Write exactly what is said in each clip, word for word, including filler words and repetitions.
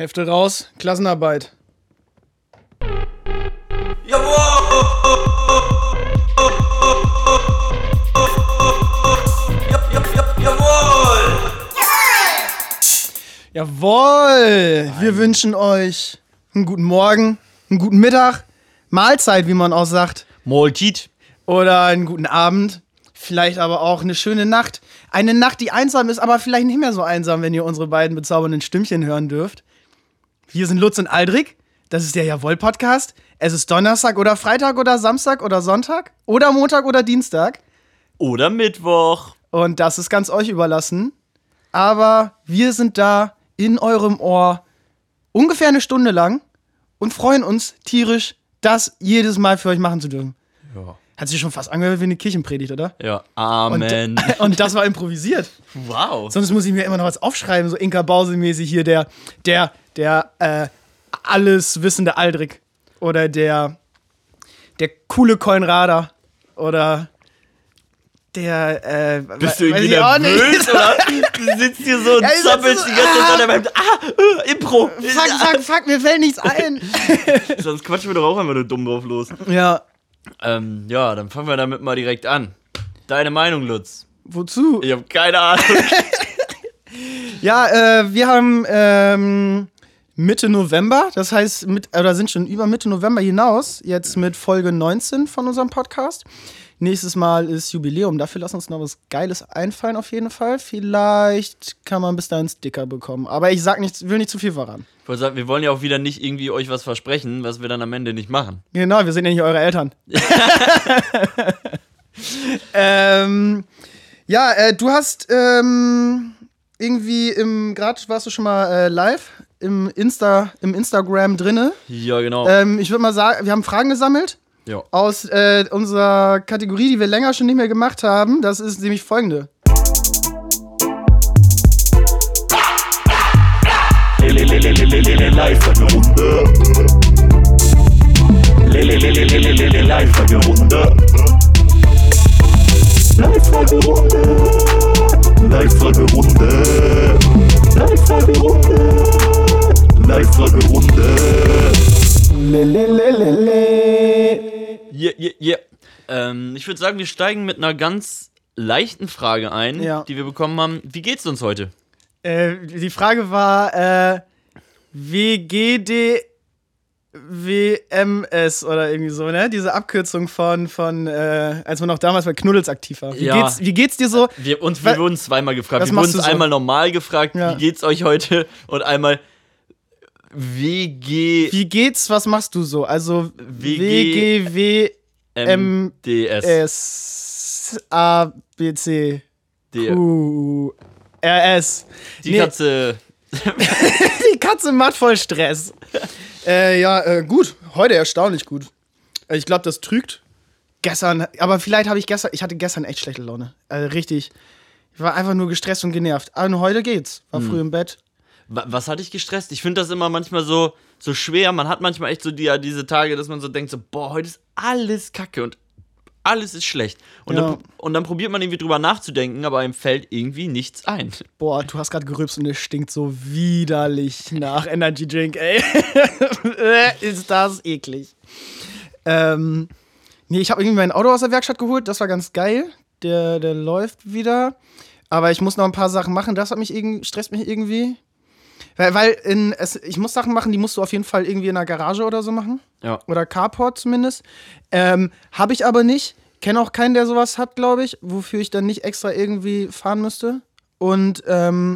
Hefte raus, Klassenarbeit. Jawohl! Jawohl! Jawohl! Wir wünschen euch einen guten Morgen, einen guten Mittag, Mahlzeit, wie man auch sagt. Mahlzeit. Oder einen guten Abend. Vielleicht aber auch eine schöne Nacht. Eine Nacht, die einsam ist, aber vielleicht nicht mehr so einsam, wenn ihr unsere beiden bezaubernden Stimmchen hören dürft. Wir sind Lutz und Aldrich. Das ist der Jawohl-Podcast. Es ist Donnerstag oder Freitag oder Samstag oder Sonntag oder Montag oder Dienstag. Oder Mittwoch. Und das ist ganz euch überlassen. Aber wir sind da in eurem Ohr ungefähr eine Stunde lang und freuen uns tierisch, das jedes Mal für euch machen zu dürfen. Ja. Hat sich schon fast angehört wie eine Kirchenpredigt, oder? Ja, Amen. Und, und das war improvisiert. Wow. Sonst muss ich mir immer noch was aufschreiben, so Inka Bause-mäßig hier, der, der, der, äh, alles wissende Aldrich. Oder der, der coole Konrader. Oder der, äh, Bist du weiß irgendwie ich auch nervös, nicht. oder? Du sitzt hier so und Ja, ich zappelst sitze die so, ganze ah. Zeit beim Ah, äh, Impro. Fuck, fuck, fuck, mir fällt nichts ein. Sonst quatschen wir doch auch einfach nur dumm drauf los. Ja, Ähm, ja, dann fangen wir damit mal direkt an. Deine Meinung, Lutz? wozu? Ich hab keine Ahnung. Ja, äh, wir haben ähm, Mitte November, das heißt, mit, oder sind schon über Mitte November hinaus, jetzt mit Folge neunzehn von unserem Podcast. Nächstes Mal ist Jubiläum, dafür lassen uns noch was Geiles einfallen auf jeden Fall. Vielleicht kann man bis dahin Sticker bekommen, aber ich sag nicht, will nicht zu viel verraten. Ich wollte sagen, wir wollen ja auch wieder nicht irgendwie euch was versprechen, was wir dann am Ende nicht machen. Genau, wir sind ja nicht eure Eltern. ähm, ja, äh, du hast ähm, irgendwie im, gerade warst du schon mal äh, live im Insta, im Instagram drinne. Ja, genau. Ähm, ich würde mal sagen, wir haben Fragen gesammelt ja. aus äh, unserer Kategorie, die wir länger schon nicht mehr gemacht haben. Das ist nämlich folgende. Live-Fragerunde. Live-Fragerunde. Live-Fragerunde. Live-Fragerunde. Live-Fragerunde. Live-Fragerunde. Yeah, yeah, yeah. Ähm, ich würde sagen, wir steigen mit einer ganz leichten Frage ein, Ja. die wir bekommen haben. Wie geht's uns heute? Äh, die Frage war äh, W G D W M S oder irgendwie so, ne? Diese Abkürzung von, von äh, als man noch damals bei Knuddels aktiv war. Wie, Ja. geht's, wie geht's dir so? Wir, uns, Wa- wir wurden zweimal gefragt. Was Wir machst wurden du so? einmal normal gefragt, Ja. wie geht's euch heute? Und einmal W G Wie geht's? Was machst du so? Also W W G W M D S. S A B C D- Q R S. Die Nee. Katze. Die Katze macht voll Stress. äh, ja, äh, gut. Heute erstaunlich gut. Äh, Ich glaube, das trügt. Gestern, aber vielleicht habe ich gestern, ich hatte gestern echt schlechte Laune. Also richtig. Ich war einfach nur gestresst und genervt. Aber heute geht's. War früh im Bett. Wa- Was hat dich gestresst? Ich finde das immer manchmal so, so schwer. Man hat manchmal echt so die, ja, diese Tage, dass man so denkt, so, boah, heute ist alles Kacke und alles ist schlecht. Und, Ja. dann, und dann probiert man irgendwie drüber nachzudenken, aber einem fällt irgendwie nichts ein. Boah, du hast gerade gerülpst und es stinkt so widerlich nach Energy Drink, ey. Ist das eklig. Ähm, nee, ich habe irgendwie mein Auto aus der Werkstatt geholt, das war ganz geil. Der, der läuft wieder. Aber ich muss noch ein paar Sachen machen, das hat mich irgendwie, stresst mich irgendwie. Weil, weil in, es, ich muss Sachen machen, die musst du auf jeden Fall irgendwie in der Garage oder so machen. Ja. Oder Carport zumindest. Ähm, habe ich aber nicht. Kenne auch keinen, der sowas hat, glaube ich, wofür ich dann nicht extra irgendwie fahren müsste. Und ähm,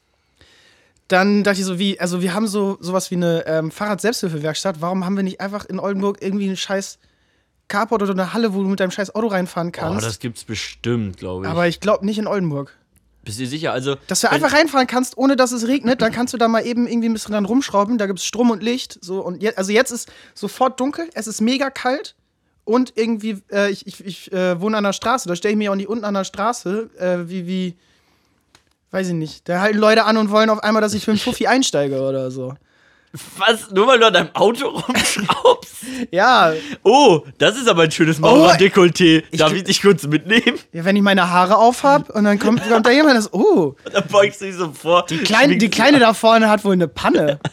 dann dachte ich so, wie, also wir haben so sowas wie eine ähm, Fahrrad-Selbsthilfewerkstatt. Warum haben wir nicht einfach in Oldenburg irgendwie einen scheiß Carport oder eine Halle, wo du mit deinem scheiß Auto reinfahren Oh, kannst? das gibt's bestimmt, glaube ich. Aber ich glaube nicht in Oldenburg. Bist du sicher? Also, Dass du wenn- einfach reinfahren kannst, ohne dass es regnet, dann kannst du da mal eben irgendwie ein bisschen dran rumschrauben. Da gibt's Strom und Licht. So, und je, also jetzt ist sofort dunkel, es ist mega kalt. Und irgendwie, äh, ich, ich, ich äh, wohne an der Straße, da stelle ich mich auch nicht unten an der Straße, äh, wie, wie, weiß ich nicht. Da halten Leute an und wollen auf einmal, dass ich für einen Fuffi einsteige oder so. Was? Nur weil du an deinem Auto rumschraubst? Ja, Oh, das ist aber ein schönes Maurer-Dekolleté. Darf ich dich kurz mitnehmen? ja, wenn ich meine Haare aufhab und dann kommt, kommt da jemand, das, oh, Da beugst du dich so vor. die Kleine, die Kleine da vorne hat wohl eine Panne.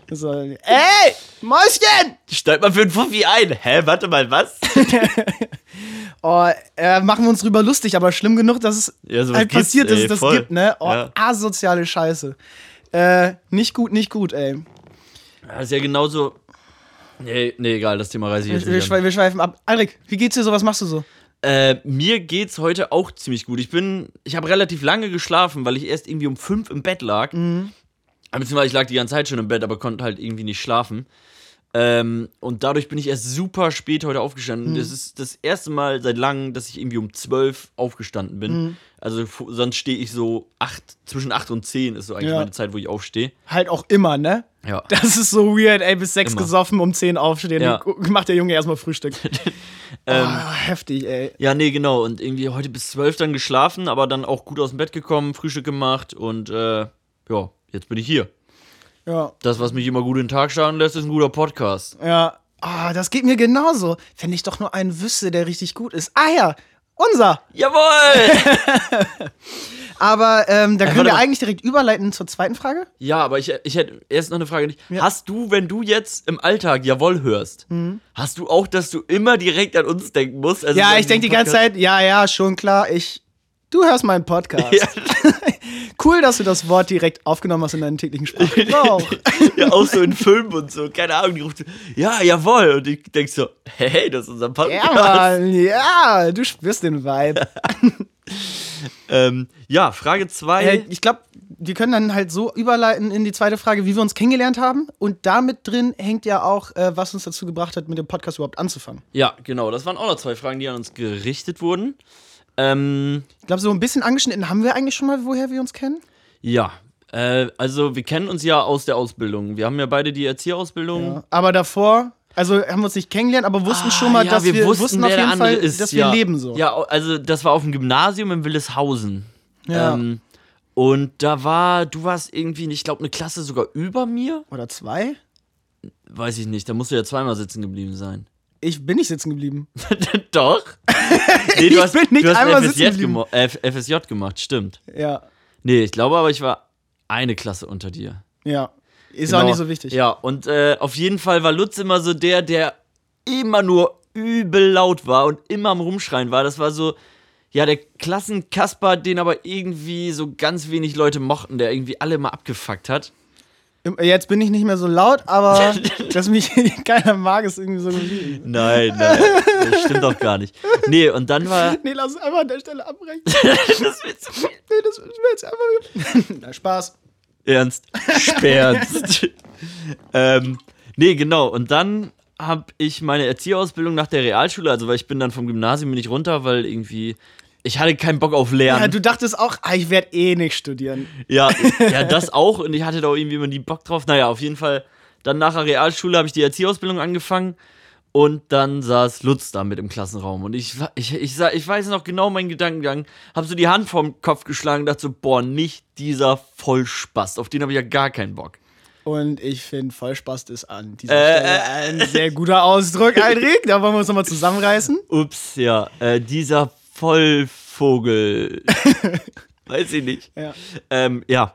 So, ey, Mäuschen! Steigt mal für einen Fuffi ein. Hä, warte mal, was? Oh, äh, machen wir uns drüber lustig, aber schlimm genug, dass es Ja, sowas halt gibt's, passiert, dass ey, es das voll. gibt, ne? Oh, Ja. asoziale Scheiße. Äh, nicht gut, nicht gut, ey. Das ist ja genauso. Nee, nee, egal, das Thema reiße ich Wir, jetzt wir, nicht an. schwe wir schweifen ab. Alrik, wie geht's dir so? Was machst du so? Äh, mir geht's heute auch ziemlich gut. Ich bin, ich habe relativ lange geschlafen, weil ich erst irgendwie um fünf im Bett lag. Mhm. Beziehungsweise ich lag die ganze Zeit schon im Bett, aber konnte halt irgendwie nicht schlafen. Ähm, und dadurch bin ich erst super spät heute aufgestanden. Mhm. Das ist das erste Mal seit langem, dass ich irgendwie um zwölf aufgestanden bin. Mhm. Also f- sonst stehe ich so acht, zwischen acht und zehn ist so eigentlich Ja. meine Zeit, wo ich aufstehe. Halt auch immer, ne? Ja. Das ist so weird, ey, bis sechs Immer. gesoffen, um zehn aufstehen. Ja. Macht der Junge erstmal Frühstück. Ähm, oh, heftig, ey. Ja, nee, genau. Und irgendwie heute bis zwölf dann geschlafen, aber dann auch gut aus dem Bett gekommen, Frühstück gemacht und äh, ja, jetzt bin ich hier. Ja, Das, was mich immer gut in den Tag starten lässt, ist ein guter Podcast. ja. Ah, das geht mir genauso. Wenn ich doch nur einen wüsste, der richtig gut ist. Ah ja, unser. Jawohl! Aber ähm, da Äh, können warte wir mal. eigentlich direkt überleiten zur zweiten Frage. Ja, aber ich, ich hätte erst noch eine Frage. Nicht. Ja. Hast du, wenn du jetzt im Alltag Jawohl hörst, hast du auch, dass du immer direkt an uns denken musst? Also Ja, an ich denke die diesen ganze Zeit, ja, ja, schon klar, ich. Du hörst meinen Podcast. Ja. Cool, dass du das Wort direkt aufgenommen hast in deinen täglichen Sprachgebrauch. Ja, auch so in Filmen und so, keine Ahnung, die ruft so, ja, jawohl. Und ich denk so, hey, das ist unser Podcast. Ja, Mann, ja, du spürst den Vibe. Ähm, ja, Frage zwei. Äh, ich glaube, wir können dann halt so überleiten in die zweite Frage, wie wir uns kennengelernt haben. Und damit drin hängt ja auch, äh, was uns dazu gebracht hat, mit dem Podcast überhaupt anzufangen. Ja, genau, das waren auch noch zwei Fragen, die an uns gerichtet wurden. Ähm, Ich glaube, so ein bisschen angeschnitten haben wir eigentlich schon mal, woher wir uns kennen. ja, äh, also wir kennen uns ja aus der Ausbildung. Wir haben ja beide die Erzieherausbildung. Ja. Aber davor, also haben wir uns nicht kennengelernt, aber wussten Ah, schon mal, ja, dass wir, wussten auf wer der jeden andere Fall, ist, dass ja. wir leben so. Ja, also das war auf dem Gymnasium in Willeshausen. Ja. Ähm, und da war, du warst irgendwie, ich glaube, eine Klasse sogar über mir. Oder zwei? Weiß ich nicht, da musst du ja zweimal sitzen geblieben sein. Ich bin nicht sitzen geblieben. Doch. Nee, du Ich hast, bin nicht du hast einmal ein F S sitzen J, geblieben. gemo- äh, F S J gemacht, stimmt. Ja, Nee, ich glaube aber, ich war eine Klasse unter dir. ja. Ist Genau. auch nicht so wichtig. Ja, und äh, auf jeden Fall war Lutz immer so der, der immer nur übel laut war und immer am Rumschreien war. Das war so, ja, der Klassenkasper, den aber irgendwie so ganz wenig Leute mochten, der irgendwie alle mal abgefuckt hat. Jetzt bin ich nicht mehr so laut, aber dass mich keiner mag, ist irgendwie so geblieben. Nein, nein, das stimmt doch gar nicht. Nee, und dann war. Nee, lass es einfach an der Stelle abbrechen. Das wird zu viel. Nee, das will jetzt einfach. Na, Spaß. Ernst. Sperrst. ähm, nee, genau. Und dann habe ich meine Erzieherausbildung nach der Realschule, also weil ich bin dann vom Gymnasium bin ich runter, weil irgendwie ich hatte keinen Bock auf Lernen. Ja, du dachtest auch, ah, ich werde eh nicht studieren. Ja, ja, das auch. Und ich hatte da auch irgendwie immer nie Bock drauf. Naja, auf jeden Fall. Dann nach der Realschule habe ich die Erzieherausbildung angefangen. Und dann saß Lutz da mit im Klassenraum. Und ich, ich, ich, ich, ich weiß noch genau meinen Gedankengang. Hab so die Hand vorm Kopf geschlagen und dachte so, boah, nicht dieser Vollspast. Auf den habe ich ja gar keinen Bock. Und ich finde, Vollspast ist an dieser Äh, Stelle ein sehr guter Ausdruck, Aldrich. Da wollen wir uns nochmal zusammenreißen. Ups, ja. Äh, dieser Vollvogel. Weiß ich nicht. Ja. Ähm, ja.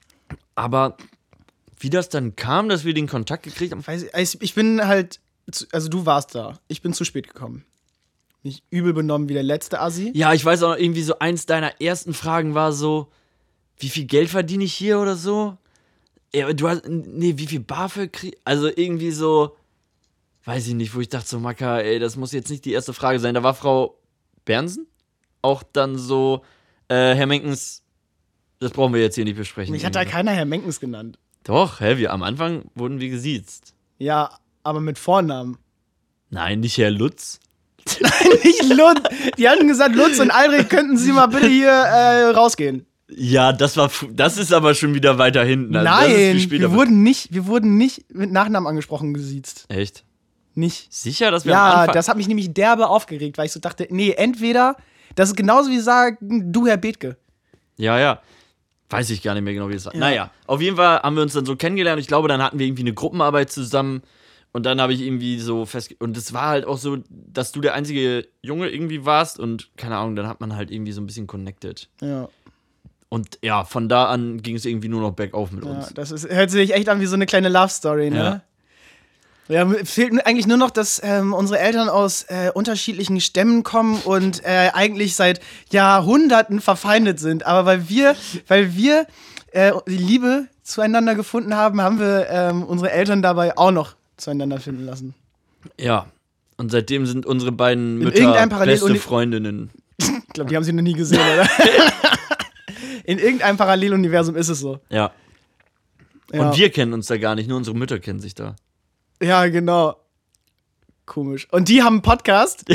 Aber wie das dann kam, dass wir den Kontakt gekriegt haben. Weiß ich, ich bin halt, zu, also du warst da. Ich bin zu spät gekommen. Nicht übel benommen wie der letzte Assi. Ja, ich weiß auch noch, irgendwie so eins deiner ersten Fragen war so, wie viel Geld verdiene ich hier oder so? Ja, du hast, nee, wie viel BAföG krieg, also irgendwie so, weiß ich nicht, wo ich dachte so, Maka, ey, das muss jetzt nicht die erste Frage sein. Da war Frau Bernsen auch dann so, äh, Herr Menkens, das brauchen wir jetzt hier nicht besprechen. Mich hat da irgendwie. keiner Herr Menkens genannt. Doch, hä, wir, am Anfang wurden wir gesiezt. Ja, aber mit Vornamen. Nein, nicht Herr Lutz. Nicht Lutz. Die hatten gesagt, Lutz und Aldrich, könnten Sie mal bitte hier äh, rausgehen. Ja, das war, fu- das ist aber schon wieder weiter hinten. Also das ist viel Nein, später. wir wurden, nicht, wir wurden nicht mit Nachnamen angesprochen, gesiezt. Echt? Nicht. Sicher, dass wir am Ja, Anfang... das hat mich nämlich derbe aufgeregt, weil ich so dachte, nee, entweder, das ist genauso wie sagen, du, Herr Bethke. Ja, ja. Weiß ich gar nicht mehr genau, wie es war. Naja, auf jeden Fall haben wir uns dann so kennengelernt. Ich glaube, dann hatten wir irgendwie eine Gruppenarbeit zusammen. Und dann habe ich irgendwie so fest... Und es war halt auch so, dass du der einzige Junge irgendwie warst. Und keine Ahnung, dann hat man halt irgendwie so ein bisschen connected. Ja. Und ja, von da an ging es irgendwie nur noch bergauf mit Ja, uns. das ist, hört sich echt an wie so eine kleine Love-Story, ne? Ja, ja fehlt eigentlich nur noch, dass ähm, unsere Eltern aus äh, unterschiedlichen Stämmen kommen und äh, eigentlich seit Jahrhunderten verfeindet sind. Aber weil wir, weil wir äh, die Liebe zueinander gefunden haben, haben wir ähm, unsere Eltern dabei auch noch zueinander finden lassen. Ja. Und seitdem sind unsere beiden In Mütter irgendeinem Parallel- beste Uni- Freundinnen. Ich glaube, die haben sie noch nie gesehen, oder? In irgendeinem Paralleluniversum ist es so. Ja. Ja. Und wir kennen uns da gar nicht, nur unsere Mütter kennen sich da. Ja, genau. Komisch. Und die haben einen Podcast.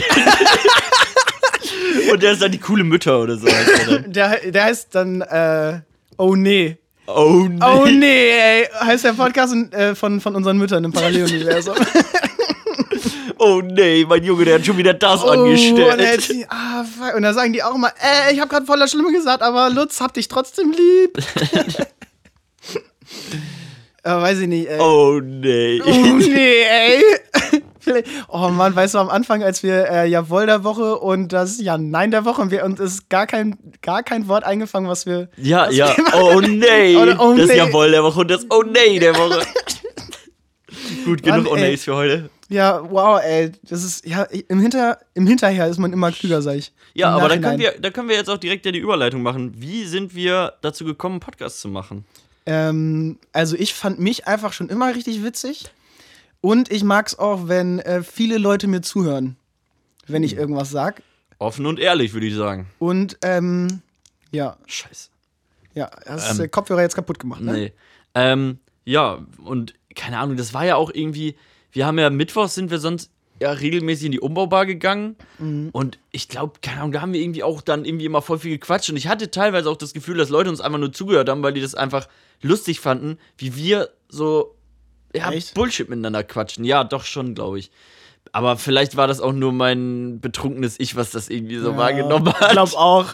Und der ist dann die coole Mütter oder so. Heißt der, Der, der heißt dann, äh, oh nee. oh nee. Oh nee, ey. Heißt der Podcast äh, von, von unseren Müttern im Paralleluniversum. Oh nee, mein Junge, der hat schon wieder das Oh, und, angestellt. jetzt, ah, fuck. Und da sagen die auch immer, äh, ich hab grad voll das Schlimme gesagt, aber Lutz, hab dich trotzdem lieb. Aber weiß ich nicht, ey. Oh nee. Oh nee, ey. Vielleicht- Oh Mann, weißt du, am Anfang, als wir äh, Jawohl der Woche und das Ja Nein der Woche und wir uns ist gar kein, gar kein Wort eingefangen, was wir. Ja, was ja. wir- Oh nee. Oder oh das nee. Jawohl der Woche und das Oh nee der Woche. Gut, genug Mann, Oh ey. Nays für heute. Ja, wow, ey. Das ist, ja, im, Hinter, im Hinterher ist man immer klüger, sag ich. Ja, Im aber da Nachhinein. können, wir, da können wir jetzt auch direkt ja die Überleitung machen. Wie sind wir dazu gekommen, einen Podcast zu machen? Ähm, also ich fand mich einfach schon immer richtig witzig. Und ich mag's auch, wenn äh, viele Leute mir zuhören, wenn ich irgendwas sag. Offen und ehrlich, würde ich sagen. Und, ähm, ja, Scheiße. ja, hast Ähm, ähm, Kopfhörer jetzt kaputt gemacht, ne? Nee. Ähm, ja, und keine Ahnung, das war ja auch irgendwie, wir haben ja mittwochs sind wir sonst ja regelmäßig in die Umbaubar gegangen Mhm. und ich glaube, keine Ahnung, da haben wir irgendwie auch dann irgendwie immer voll viel gequatscht und ich hatte teilweise auch das Gefühl, dass Leute uns einfach nur zugehört haben, weil die das einfach lustig fanden, wie wir so ja, Echt? Bullshit miteinander quatschen. Ja, doch schon, glaube ich. Aber vielleicht war das auch nur mein betrunkenes Ich, was das irgendwie so wahrgenommen hat. Ich glaub auch.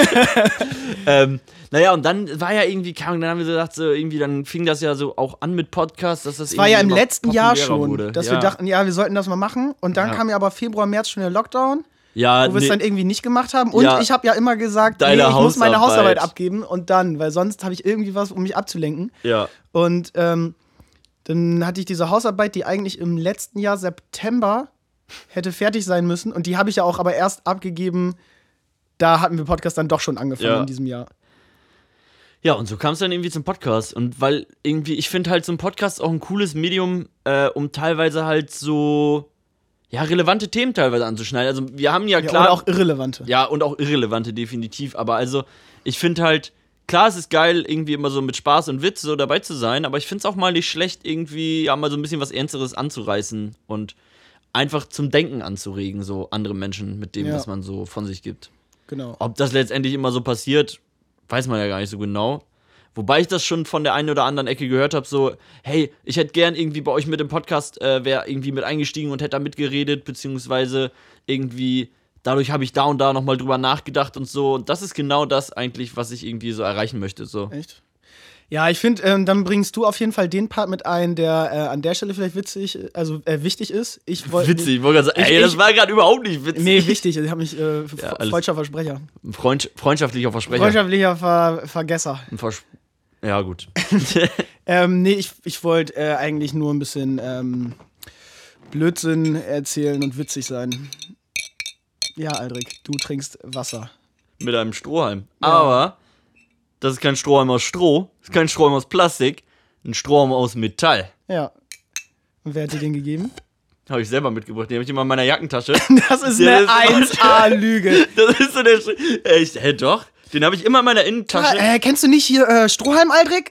Ähm, naja, und dann war ja irgendwie, keine Ahnung, dann haben wir so gedacht, so irgendwie, dann fing das ja so auch an mit Podcasts, dass das Es war ja im irgendwie immer letzten Jahr populärer schon, wurde. dass ja. wir dachten, ja, wir sollten das mal machen. Und dann Ja. kam ja aber Februar, März schon der Lockdown, ja, wo wir es nee, dann irgendwie nicht gemacht haben. Und Ja. ich habe ja immer gesagt, Deine nee, ich muss meine Hausarbeit. Hausarbeit abgeben und dann, weil sonst habe ich irgendwie was, um mich abzulenken. ja. Und ähm, dann hatte ich diese Hausarbeit, die eigentlich im letzten Jahr September hätte fertig sein müssen. Und die habe ich ja auch aber erst abgegeben. Da hatten wir Podcast dann doch schon angefangen Ja. in diesem Jahr. Ja, und so kam es dann irgendwie zum Podcast. Und weil irgendwie, ich finde halt so ein Podcast auch ein cooles Medium, äh, um teilweise halt so, ja, relevante Themen teilweise anzuschneiden. Also wir haben ja Ja, klar. oder auch irrelevante. Ja, und auch irrelevante, definitiv. Aber also, ich finde halt, klar, es ist geil, irgendwie immer so mit Spaß und Witz so dabei zu sein, aber ich finde es auch mal nicht schlecht, irgendwie ja mal so ein bisschen was Ernsteres anzureißen und einfach zum Denken anzuregen, so andere Menschen mit dem, Ja. was man so von sich gibt. Genau. Ob das letztendlich immer so passiert, weiß man ja gar nicht so genau. Wobei ich das schon von der einen oder anderen Ecke gehört habe, so, hey, ich hätte gern irgendwie bei euch mit dem Podcast, äh, wäre irgendwie mit eingestiegen und hätte da mitgeredet, beziehungsweise irgendwie, dadurch habe ich da und da nochmal drüber nachgedacht und so. Und das ist genau das eigentlich, was ich irgendwie so erreichen möchte, so. Echt? Ja, ich finde, ähm, dann bringst du auf jeden Fall den Part mit ein, der äh, an der Stelle vielleicht witzig, also äh, wichtig ist. Ich wollte Witzig, ich wollte gerade sagen, Ich- ey, das ich- war gerade überhaupt nicht witzig. Nee, wichtig. Ich habe mich äh, f- Ja, alles- freudscher Versprecher. Freund, freundschaftlicher Versprecher. Freundschaftlicher Ver Vergesser. Ein Vers ja, gut. Ähm, nee, ich, ich wollte äh, eigentlich nur ein bisschen ähm, Blödsinn erzählen und witzig sein. Ja, Aldrich, du trinkst Wasser. Mit einem Strohhalm. Aber das ist kein Strohhalm aus Stroh, das ist kein Strohhalm aus Plastik, ein Strohhalm aus Metall. Ja. Und wer hat dir den gegeben? Habe ich selber mitgebracht, den habe ich immer in meiner Jackentasche. Das ist Ja, eine das ist- eins A-Lüge. Das ist so der Sch Echt, hä, doch? Den habe ich immer in meiner Innentasche. Äh, kennst du nicht hier äh, Strohhalm, Aldrich?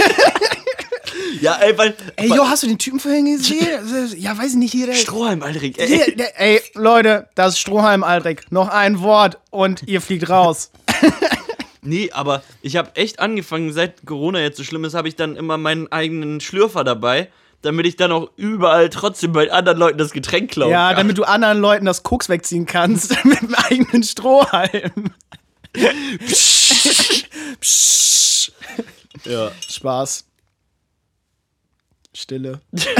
Ja, ey, weil. Ey, weil jo, hast du den Typen vorhin gesehen? Ja, weiß ich nicht, hier der. Strohhalm, Aldrich, ey. Hier, der, ey, Leute, das ist Strohhalm, Aldrich. Noch ein Wort und ihr fliegt raus. Nee, aber ich habe echt angefangen, seit Corona jetzt so schlimm ist, habe ich dann immer meinen eigenen Schlürfer dabei, damit ich dann auch überall trotzdem bei anderen Leuten das Getränk klauen Ja, kann. damit du anderen Leuten das Koks wegziehen kannst mit dem eigenen Strohhalm. Psch. Ja. Spaß. Stille.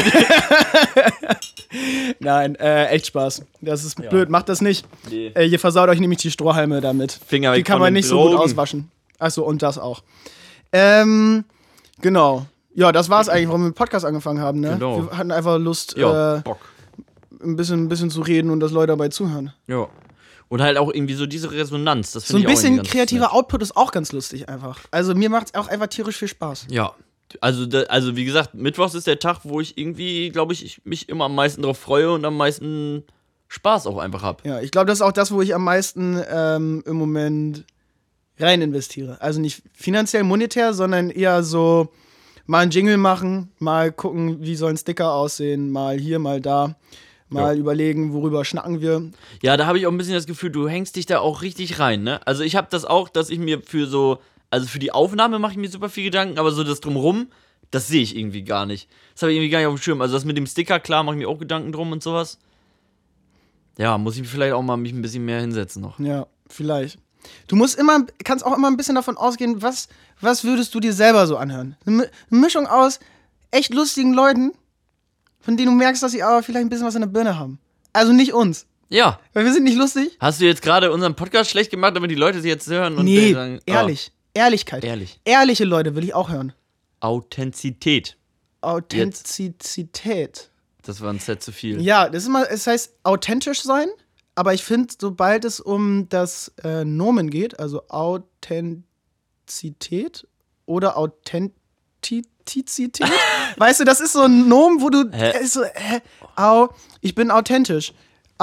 Nein, äh, echt Spaß. Das ist blöd, macht das nicht. Nee. Äh, ihr versaut euch nämlich die Strohhalme damit. Finger weg Die kann von man den nicht so gut Drogen. auswaschen. Achso, und das auch. Ähm, genau. Ja, das war's eigentlich, warum wir mit Podcast angefangen haben, ne? Genau. Wir hatten einfach Lust, Ja, äh, Bock. ein bisschen, ein bisschen zu reden und dass Leute dabei zuhören. Ja. Und halt auch irgendwie so diese Resonanz. Das So ein finde ich auch bisschen irgendwie ganz kreativer nett. Output ist auch ganz lustig einfach. Also mir macht's auch einfach tierisch viel Spaß. Ja. Also, da, also wie gesagt, Mittwochs ist der Tag, wo ich irgendwie, glaube ich, ich, mich immer am meisten drauf freue und am meisten Spaß auch einfach habe. Ja, ich glaube, das ist auch das, wo ich am meisten ähm, im Moment rein investiere. Also nicht finanziell, monetär, sondern eher so mal einen Jingle machen, mal gucken, wie soll ein Sticker aussehen, mal hier, mal da, mal Ja. überlegen, worüber schnacken wir. Ja, da habe ich auch ein bisschen das Gefühl, du hängst dich da auch richtig rein, ne? Also ich habe das auch, dass ich mir für so, also für die Aufnahme mache ich mir super viel Gedanken, aber so das Drumrum, das sehe ich irgendwie gar nicht. Das habe ich irgendwie gar nicht auf dem Schirm. Also das mit dem Sticker, klar, mache ich mir auch Gedanken drum und sowas. Ja, muss ich vielleicht auch mal mich ein bisschen mehr hinsetzen noch. Ja, vielleicht. Du musst immer, kannst auch immer ein bisschen davon ausgehen, was, was würdest du dir selber so anhören? Eine Mi- eine Mischung aus echt lustigen Leuten, von denen du merkst, dass sie aber vielleicht ein bisschen was in der Birne haben. Also nicht uns. Ja. Weil wir sind nicht lustig. Hast du jetzt gerade unseren Podcast schlecht gemacht, damit die Leute sie jetzt hören und Nee, die sagen, ah, ehrlich. Ehrlichkeit. ehrlich. Ehrliche Leute will ich auch hören. Authentizität. Authentizität. Das war ein Set zu viel. Ja, das ist immer, es heißt authentisch sein, aber ich finde, sobald es um das äh, Nomen geht, also Authentizität oder Authentizität, weißt du, das ist so ein Nomen, wo du Hä? äh, so, äh, au, ich bin authentisch.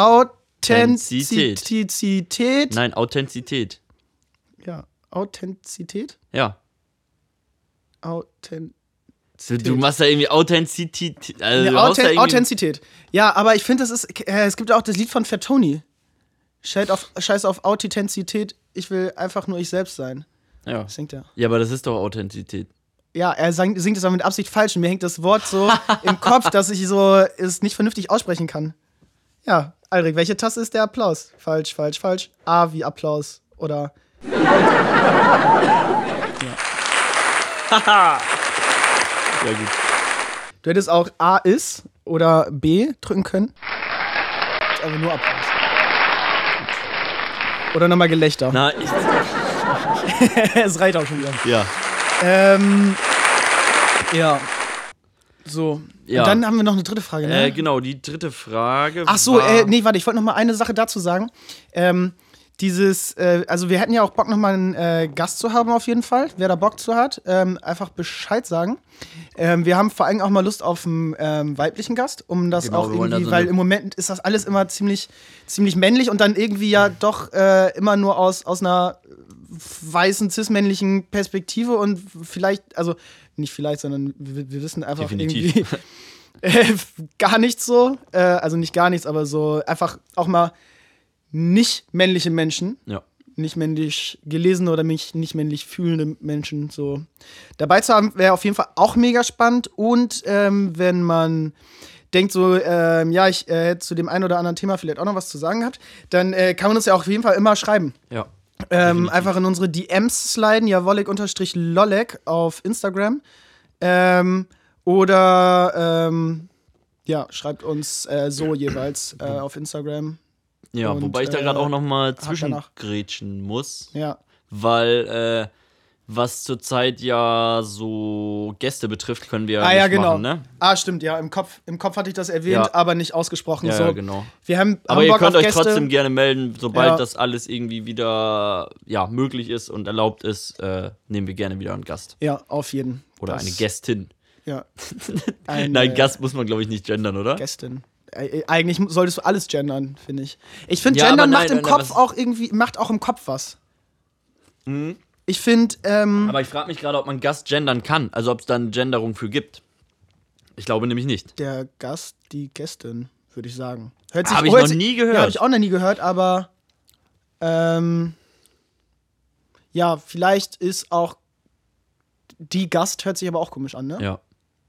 Authentizität. Nein, Authentizität. Ja, Authentizität. Ja. Authentizität. Du, du machst da irgendwie Authentizität. Also Ja, du haust da Authent- irgendwie- Authentizität. Ja, aber ich finde, das ist. Äh, es gibt ja auch das Lied von Fat Tony. Scheiß auf, Scheiß auf Authentizität. Ich will einfach nur ich selbst sein. Ja. Das singt er. ja, aber das ist doch Authentizität. Ja, er sang, singt es aber mit Absicht falsch und mir hängt das Wort so im Kopf, dass ich so es nicht vernünftig aussprechen kann. Ja, Alrik, welche Taste ist der Applaus? Falsch, falsch, falsch. A wie Applaus. Oder. Ja, gut. Du hättest auch A ist oder B drücken können. Ist einfach nur Applaus. Oder nochmal Gelächter. Na, ich. Es reicht auch schon wieder. Ja. Ähm, ja. So. Ja. Und dann haben wir noch eine dritte Frage, ne? Äh, genau, die dritte Frage. Ach so, war, äh, nee, warte, ich wollte noch mal eine Sache dazu sagen. Ähm, dieses, äh, also wir hätten ja auch Bock, noch mal einen äh, Gast zu haben auf jeden Fall. Wer da Bock zu hat, ähm, einfach Bescheid sagen. Ähm, wir haben vor allem auch mal Lust auf einen ähm, weiblichen Gast, um das Genau, auch wir wollen irgendwie, da so weil eine- im Moment ist das alles immer ziemlich, ziemlich männlich und dann irgendwie ja doch äh, immer nur aus, aus einer weißen, cis-männlichen Perspektive und vielleicht, also nicht vielleicht, sondern wir, wir wissen einfach Definitiv. irgendwie äh, gar nichts so, äh, also nicht gar nichts, aber so einfach auch mal nicht männliche Menschen, Ja. nicht männlich gelesene oder mich nicht männlich fühlende Menschen so dabei zu haben, wäre auf jeden Fall auch mega spannend. Und ähm, wenn man denkt so, ähm, ja, ich äh, hätte zu dem einen oder anderen Thema vielleicht auch noch was zu sagen gehabt, dann äh, kann man uns ja auch auf jeden Fall immer schreiben. Ja. Ähm, Definitiv. einfach in unsere D Ms sliden, ja, wollig-lollek auf Instagram. Ähm, oder ähm, ja, schreibt uns äh, so jeweils äh, auf Instagram. Ja, Und, wobei ich da gerade äh, auch noch mal danach. zwischengrätschen muss, Ja. weil äh, was zurzeit ja so Gäste betrifft, können wir Ah nicht ja, genau. machen, ne? Ah, stimmt, ja. Im Kopf, im Kopf hatte ich das erwähnt, Ja. aber nicht ausgesprochen. Ja, so. ja, genau. Wir haben, Aber haben ihr Bock könnt auf euch Gäste. trotzdem gerne melden, sobald Ja. das alles irgendwie wieder ja, möglich ist und erlaubt ist, äh, nehmen wir gerne wieder einen Gast. Ja, auf jeden. Oder Das- eine Gästin. Ja. Eine Nein, Gast muss man, glaube ich, nicht gendern, oder? Gästin. Äh, Eigentlich solltest du alles gendern, finde ich. Ich finde, Ja, Gendern aber macht nein, im nein, Kopf was- auch irgendwie, macht auch im Kopf was. Mhm. Ich finde, ähm, Aber ich frage mich gerade, ob man Gast gendern kann. Also ob es da eine Genderung für gibt. Ich glaube nämlich nicht. der Gast, die Gästin, würde ich sagen. Hört sich- Habe ich hört noch sich- nie gehört. Ja, habe ich auch noch nie gehört, aber ähm, ja, vielleicht ist auch die Gast, hört sich aber auch komisch an, ne? Ja.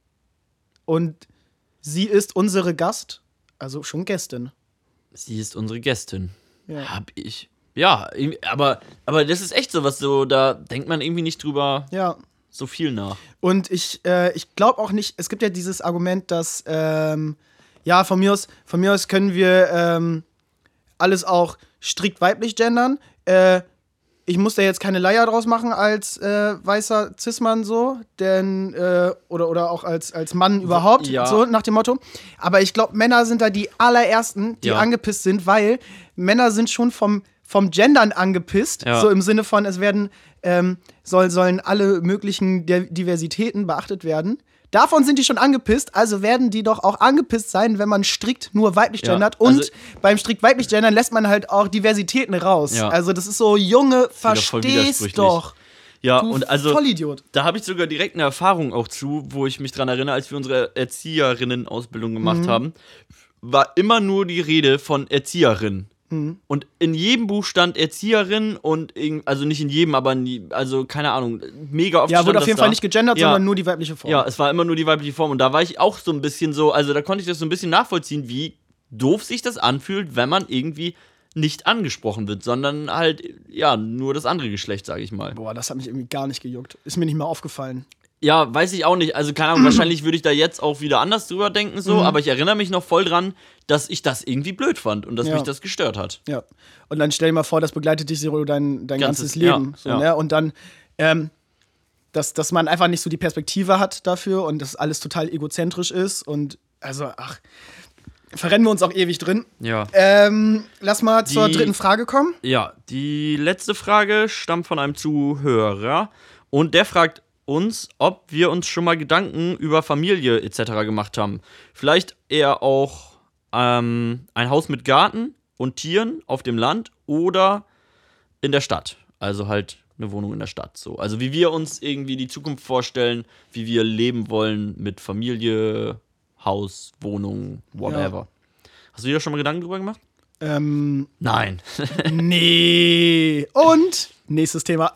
Und sie ist unsere Gast, also schon Gästin. Sie ist unsere Gästin. Ja. Hab ich. Ja, irgendwie- aber, aber das ist echt so was, so, da denkt man irgendwie nicht drüber Ja. so viel nach. Und ich, äh, ich glaube auch nicht, es gibt ja dieses Argument, dass, ähm, ja, von mir aus, von mir aus können wir ähm, alles auch strikt weiblich gendern. Äh, ich muss da jetzt keine Leier draus machen als äh, weißer Cis-Mann so, denn, äh, oder, oder auch als, als Mann überhaupt, ja. so nach dem Motto. Aber ich glaube, Männer sind da die allerersten, die Ja. angepisst sind, weil Männer sind schon vom, vom Gendern angepisst, Ja. so im Sinne von, es werden, ähm, soll, sollen alle möglichen Der- Diversitäten beachtet werden. Davon sind die schon angepisst, also werden die doch auch angepisst sein, wenn man strikt nur weiblich Ja, gendert. Und also- beim strikt weiblich gendern lässt man halt auch Diversitäten raus. Ja. Also das ist so, Junge, voll versteh's widersprüchlich. doch. Ja, Du und also Vollidiot. da habe ich sogar direkt eine Erfahrung auch zu, wo ich mich dran erinnere, als wir unsere Erzieherinnen-Ausbildung gemacht Mhm. haben, war immer nur die Rede von Erzieherin. Mhm. Und in jedem Buch stand Erzieherin und, irg- also nicht in jedem, aber in die, also keine Ahnung, mega oft Ja, stand wurde auf das jeden da. Fall nicht gegendert, Ja. sondern nur die weibliche Form. Ja, es war immer nur die weibliche Form. Und da war ich auch so ein bisschen so, also da konnte ich das so ein bisschen nachvollziehen, wie doof sich das anfühlt, wenn man irgendwie nicht angesprochen wird, sondern halt, ja, nur das andere Geschlecht, sage ich mal. Boah, das hat mich irgendwie gar nicht gejuckt. Ist mir nicht mal aufgefallen. Ja, weiß ich auch nicht. Also, keine Ahnung, wahrscheinlich würde ich da jetzt auch wieder anders drüber denken, so, Mhm. aber ich erinnere mich noch voll dran, dass ich das irgendwie blöd fand und dass Ja. mich das gestört hat. Ja. Und dann stell dir mal vor, das begleitet dich so dein, dein Ganzes- ganzes Leben. ja, so, ja. Ne? Und dann, ähm, dass, dass man einfach nicht so die Perspektive hat dafür und dass alles total egozentrisch ist. Und also, ach, verrennen wir uns auch ewig drin. Ja. Ähm, lass mal zur Die- dritten Frage kommen. Ja, die letzte Frage stammt von einem Zuhörer und der fragt uns, ob wir uns schon mal Gedanken über Familie et cetera gemacht haben. Vielleicht eher auch ähm, ein Haus mit Garten und Tieren auf dem Land oder in der Stadt. Also halt eine Wohnung in der Stadt. So. Also wie wir uns irgendwie die Zukunft vorstellen, wie wir leben wollen mit Familie, Haus, Wohnung, whatever. Hast du dir da schon mal Gedanken drüber gemacht? Ähm, Nein. nee. Und nächstes Thema.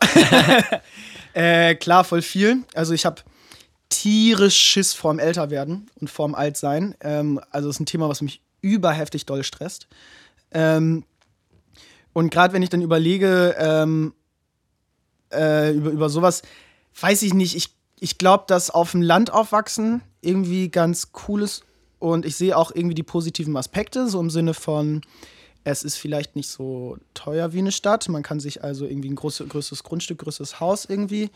äh, klar, voll viel. Also ich habe tierisch Schiss vorm Älterwerden und vorm Altsein. Ähm, also das ist ein Thema, was mich überheftig doll stresst. Ähm, und gerade wenn ich dann überlege, ähm, äh, über, über sowas, weiß ich nicht, ich, ich glaube, dass auf dem Land aufwachsen irgendwie ganz cool ist. Und ich sehe auch irgendwie die positiven Aspekte, so im Sinne von, es ist vielleicht nicht so teuer wie eine Stadt. Man kann sich also irgendwie ein groß, größeres Grundstück, größeres Haus irgendwie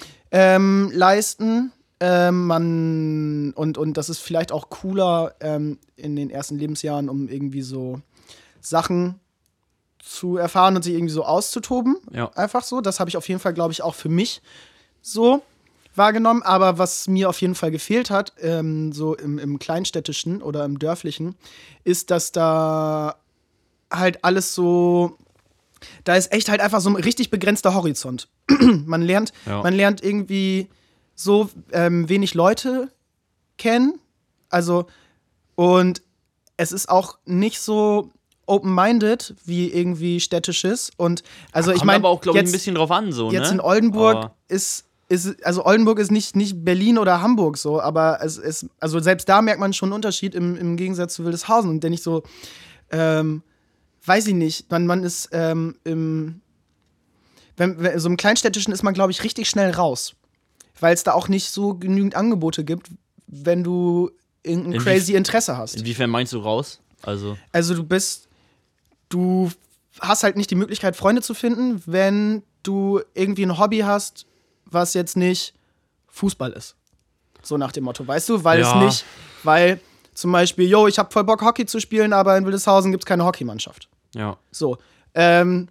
ähm, leisten. Ähm, man, und, und das ist vielleicht auch cooler ähm, in den ersten Lebensjahren, um irgendwie so Sachen zu erfahren und sich irgendwie so auszutoben. Ja. Einfach so. Das habe ich auf jeden Fall, glaube ich, auch für mich so wahrgenommen. Aber was mir auf jeden Fall gefehlt hat, ähm, so im, im Kleinstädtischen oder im Dörflichen, ist, dass da halt alles so, da ist echt halt einfach so ein richtig begrenzter Horizont. man lernt, Ja. man lernt irgendwie so ähm, wenig Leute kennen. Also, und es ist auch nicht so open-minded wie irgendwie städtisches. Und also ich Kommt meine, aber auch, glaube ich, ein jetzt, bisschen drauf an, so, jetzt ne? in Oldenburg Aber- ist, ist, also Oldenburg ist nicht, nicht Berlin oder Hamburg so, aber es ist, also selbst da merkt man schon einen Unterschied im, im Gegensatz zu Wildeshausen. Und wenn ich so, ähm, weiß ich nicht, man, man ist ähm, im, wenn, wenn, so im Kleinstädtischen ist man, glaube ich, richtig schnell raus. Weil es da auch nicht so genügend Angebote gibt, wenn du irgendein Inwie- crazy Interesse hast. Inwiefern meinst du raus? Also, Also du bist, du hast halt nicht die Möglichkeit, Freunde zu finden, wenn du irgendwie ein Hobby hast, was jetzt nicht Fußball ist. So nach dem Motto, weißt du? Weil Ja. es nicht, weil zum Beispiel, yo, ich hab voll Bock, Hockey zu spielen, aber in Wildeshausen gibt's keine Hockeymannschaft. ja. So. Ähm,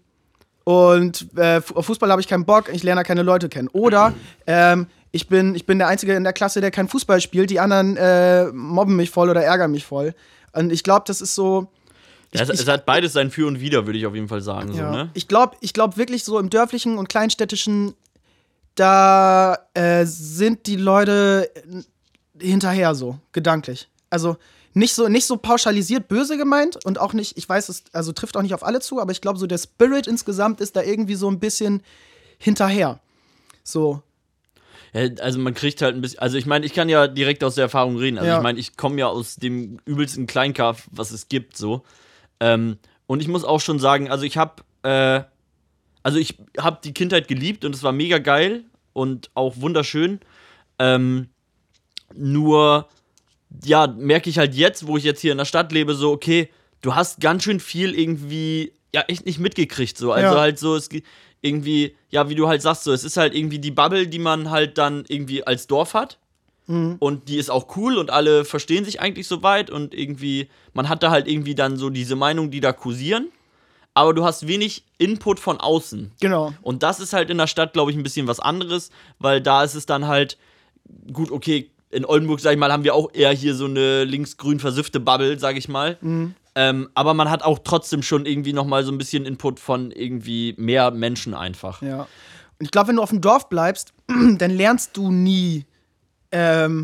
und äh, auf Fußball habe ich keinen Bock, ich lerne da keine Leute kennen. Oder ähm, ich, bin, ich bin der Einzige in der Klasse, der keinen Fußball spielt, die anderen äh, mobben mich voll oder ärgern mich voll. Und ich glaube, das ist so. Ja, es, ich, es hat beides sein Für und Wider, würde ich auf jeden Fall sagen. ja. So, ne? Ich glaube ich glaub wirklich so im dörflichen und kleinstädtischen, da äh, sind die Leute hinterher so, gedanklich. Also nicht so, nicht so pauschalisiert böse gemeint und auch nicht, ich weiß, es also trifft auch nicht auf alle zu, aber ich glaube so, der Spirit insgesamt ist da irgendwie so ein bisschen hinterher. So. Ja, also man kriegt halt ein bisschen, also ich meine, ich kann ja direkt aus der Erfahrung reden. Also Ja. ich meine, ich komme ja aus dem übelsten Kleinkaff, was es gibt, so. Ähm, und ich muss auch schon sagen, also ich habe, äh, also ich habe die Kindheit geliebt und es war mega geil und auch wunderschön. Ähm, nur, ja, merke ich halt jetzt, wo ich jetzt hier in der Stadt lebe, so, okay, du hast ganz schön viel irgendwie ja echt nicht mitgekriegt so. Also Ja. halt so, es ge- irgendwie, ja, wie du halt sagst, so, es ist halt irgendwie die Bubble, die man halt dann irgendwie als Dorf hat. Mhm. Und die ist auch cool und alle verstehen sich eigentlich soweit und irgendwie, man hat da halt irgendwie dann so diese Meinungen, die da kursieren. Aber du hast wenig Input von außen. Genau. Und das ist halt in der Stadt, glaube ich, ein bisschen was anderes, weil da ist es dann halt, gut, okay, in Oldenburg, sag ich mal, haben wir auch eher hier so eine linksgrün versiffte Bubble, sag ich mal. Mhm. Ähm, aber man hat auch trotzdem schon irgendwie nochmal so ein bisschen Input von irgendwie mehr Menschen einfach. Ja. Und ich glaube, wenn du auf dem Dorf bleibst, dann lernst du nie, ähm,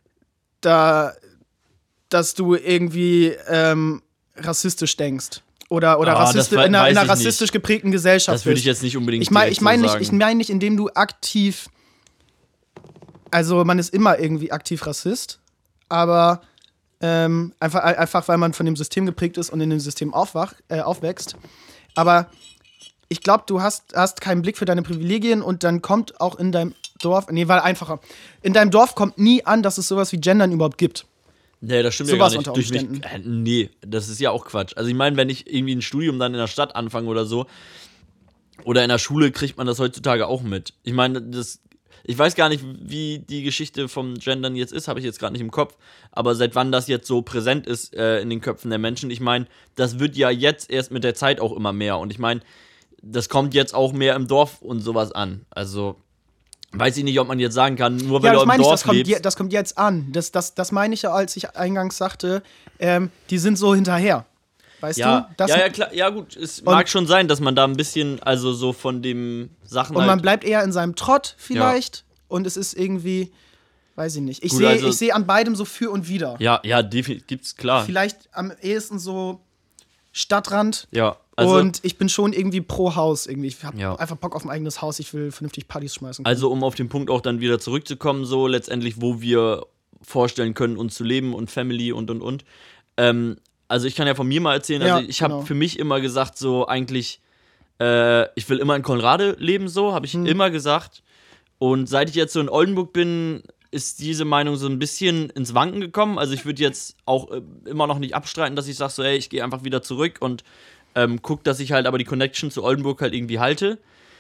da, dass du irgendwie ähm, rassistisch denkst. Oder, oder Ah, rassistisch, das wei- in einer, in weiß einer ich rassistisch nicht. geprägten Gesellschaft Das würde ich bist. jetzt nicht unbedingt Ich meine direkt ich mein so nicht, sagen. ich mein nicht, indem du aktiv. Also, man ist immer irgendwie aktiv Rassist, aber ähm, einfach, einfach, weil man von dem System geprägt ist und in dem System aufwach, äh, aufwächst. Aber ich glaube, du hast, hast keinen Blick für deine Privilegien und dann kommt auch in deinem Dorf, nee, weil einfacher. In deinem Dorf kommt nie an, dass es sowas wie Gendern überhaupt gibt. Nee, das stimmt Sowas ja gar nicht. unter Durch mich, Umständen. äh, nee, das ist ja auch Quatsch. Also ich meine, wenn ich irgendwie ein Studium dann in der Stadt anfange oder so, oder in der Schule, kriegt man das heutzutage auch mit. Ich meine, das, ich weiß gar nicht, wie die Geschichte vom Gendern jetzt ist, habe ich jetzt gerade nicht im Kopf, aber seit wann das jetzt so präsent ist äh, in den Köpfen der Menschen, ich meine, das wird ja jetzt erst mit der Zeit auch immer mehr. Und ich meine, das kommt jetzt auch mehr im Dorf und sowas an. Also weiß ich nicht, ob man jetzt sagen kann, nur weil Ja, du das im meine ich, Dorf das kommt, je, lebst. das kommt jetzt an. Das, das, das meine ich ja, als ich eingangs sagte, ähm, die sind so hinterher. Weißt Ja, du? Das, ja, ja, klar, ja gut, es mag schon sein, dass man da ein bisschen, also so von dem Sachen Und halt, man bleibt eher in seinem Trott vielleicht. Und es ist irgendwie, weiß ich nicht. Ich Gut, sehe also- ich seh an beidem so für und wider. ja, ja, definitiv, gibt's klar. Vielleicht am ehesten so Stadtrand. Ja, also, und ich bin schon irgendwie pro Haus irgendwie. Ich habe Ja. einfach Bock auf ein eigenes Haus. Ich will vernünftig Partys schmeißen können. also um auf den Punkt auch dann wieder zurückzukommen, so letztendlich, wo wir vorstellen können, uns zu leben und Family und und und. Ähm, also ich kann ja von mir mal erzählen, also Ja, ich habe genau. für mich immer gesagt, so eigentlich, äh, ich will immer in Colorado leben, so, habe ich Hm. immer gesagt. Und seit ich jetzt so in Oldenburg bin, ist diese Meinung so ein bisschen ins Wanken gekommen. Also ich würde jetzt auch äh, immer noch nicht abstreiten, dass ich sage so, ey, ich gehe einfach wieder zurück und ähm, guck, dass ich halt aber die Connection zu Oldenburg halt irgendwie halte.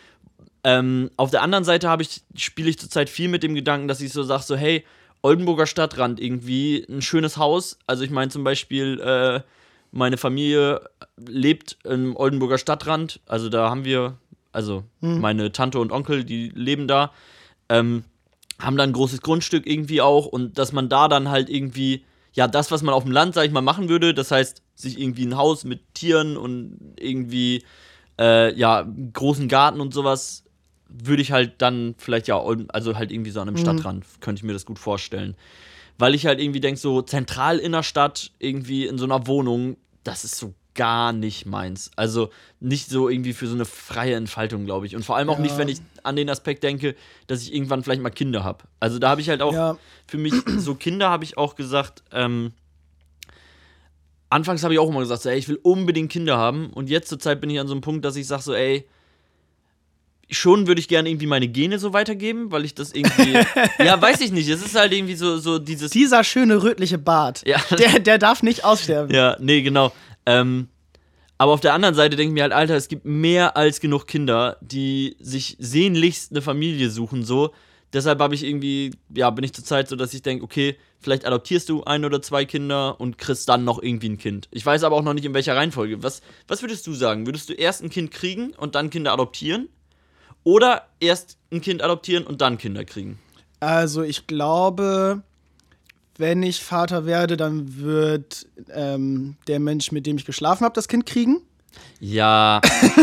Ähm, auf der anderen Seite habe ich, spiele ich zurzeit viel mit dem Gedanken, dass ich so sage, so, hey, Oldenburger Stadtrand irgendwie, ein schönes Haus. Also ich meine zum Beispiel, äh, meine Familie lebt im Oldenburger Stadtrand. Also da haben wir, also Mhm. meine Tante und Onkel, die leben da, ähm, haben da ein großes Grundstück irgendwie auch. Und dass man da dann halt irgendwie, ja, das, was man auf dem Land, sag ich mal, machen würde, das heißt, sich irgendwie ein Haus mit Tieren und irgendwie, äh, ja, einen großen Garten und sowas, würde ich halt dann vielleicht ja, also halt irgendwie so an einem Mhm. Stadtrand, könnte ich mir das gut vorstellen. Weil ich halt irgendwie denke, so zentral in der Stadt, irgendwie in so einer Wohnung, das ist so gar nicht meins. Also nicht so irgendwie für so eine freie Entfaltung, glaube ich. Und vor allem auch Ja. nicht, wenn ich an den Aspekt denke, dass ich irgendwann vielleicht mal Kinder habe. Also da habe ich halt auch Ja. für mich, so Kinder habe ich auch gesagt, ähm, anfangs habe ich auch immer gesagt, so, ey, ich will unbedingt Kinder haben. Und jetzt zur Zeit bin ich an so einem Punkt, dass ich sage so, ey, schon würde ich gerne irgendwie meine Gene so weitergeben, weil ich das irgendwie, ja, weiß ich nicht, es ist halt irgendwie so, so dieses, Dieser schöne rötliche Bart, ja, der, der darf nicht aussterben. ja, nee, genau, ähm, aber auf der anderen Seite denke ich mir halt, Alter, es gibt mehr als genug Kinder, die sich sehnlichst eine Familie suchen, so, deshalb habe ich irgendwie, ja, bin ich zur Zeit so, dass ich denke, okay, vielleicht adoptierst du ein oder zwei Kinder und kriegst dann noch irgendwie ein Kind. Ich weiß aber auch noch nicht, in welcher Reihenfolge. Was, was würdest du sagen? Würdest du erst ein Kind kriegen und dann Kinder adoptieren? Oder erst ein Kind adoptieren und dann Kinder kriegen? Also ich glaube, wenn ich Vater werde, dann wird ähm, der Mensch, mit dem ich geschlafen habe, das Kind kriegen. Ja,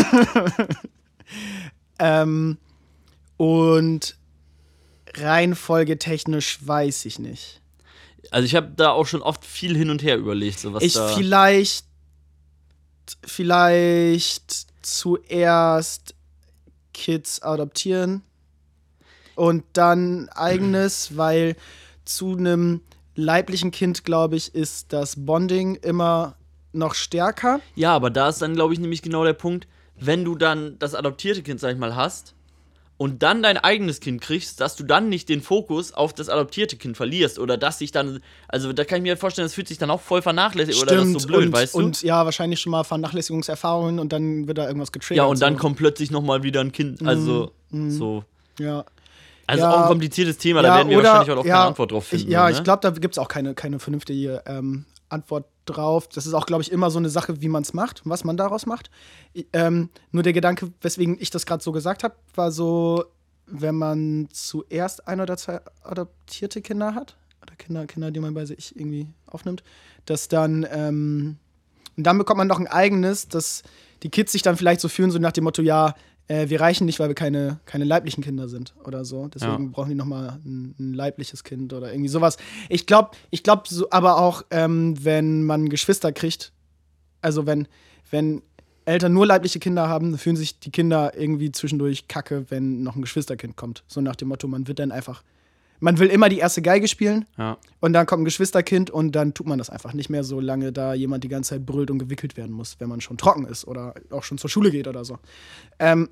Ähm, und reihenfolgetechnisch weiß ich nicht. also ich habe da auch schon oft viel hin und her überlegt, so was Ich da. vielleicht, vielleicht zuerst Kids adoptieren und dann eigenes, weil zu einem leiblichen Kind, glaube ich, ist das Bonding immer noch stärker. Ja, aber da ist dann, glaube ich, nämlich genau der Punkt, wenn du dann das adoptierte Kind, sag ich mal, hast und dann dein eigenes Kind kriegst, dass du dann nicht den Fokus auf das adoptierte Kind verlierst oder dass sich dann, also da kann ich mir halt vorstellen, das fühlt sich dann auch voll vernachlässigt oder das ist so blöd, und, weißt du? Und ja, wahrscheinlich schon mal Vernachlässigungserfahrungen und dann wird da irgendwas getriggert. Ja, und dann so. kommt plötzlich nochmal wieder ein Kind, also mm, so. Ja. Also ja, auch ein kompliziertes Thema, ja, da werden wir oder, wahrscheinlich auch ja, keine Antwort drauf finden. Ich, ja, ne? ich glaube, da gibt es auch keine, keine vernünftige ähm, Antwort drauf. Das ist auch, glaube ich, immer so eine Sache, wie man es macht, was man daraus macht. Ich, ähm, nur der Gedanke, weswegen ich das gerade so gesagt habe, war so, wenn man zuerst ein oder zwei adoptierte Kinder hat, oder Kinder, Kinder, die man bei sich irgendwie aufnimmt, dass dann, ähm, und dann bekommt man noch ein eigenes, dass die Kids sich dann vielleicht so fühlen, so nach dem Motto, ja, äh, wir reichen nicht, weil wir keine, keine leiblichen Kinder sind oder so. Deswegen ja. brauchen die nochmal ein, ein leibliches Kind oder irgendwie sowas. Ich glaube, ich glaube so, aber auch, ähm, wenn man Geschwister kriegt, also wenn, wenn Eltern nur leibliche Kinder haben, fühlen sich die Kinder irgendwie zwischendurch kacke, wenn noch ein Geschwisterkind kommt. So nach dem Motto, man wird dann einfach, man will immer die erste Geige spielen ja. und dann kommt ein Geschwisterkind und dann tut man das einfach nicht mehr, solange da jemand die ganze Zeit brüllt und gewickelt werden muss, wenn man schon trocken ist oder auch schon zur Schule geht oder so. Ähm,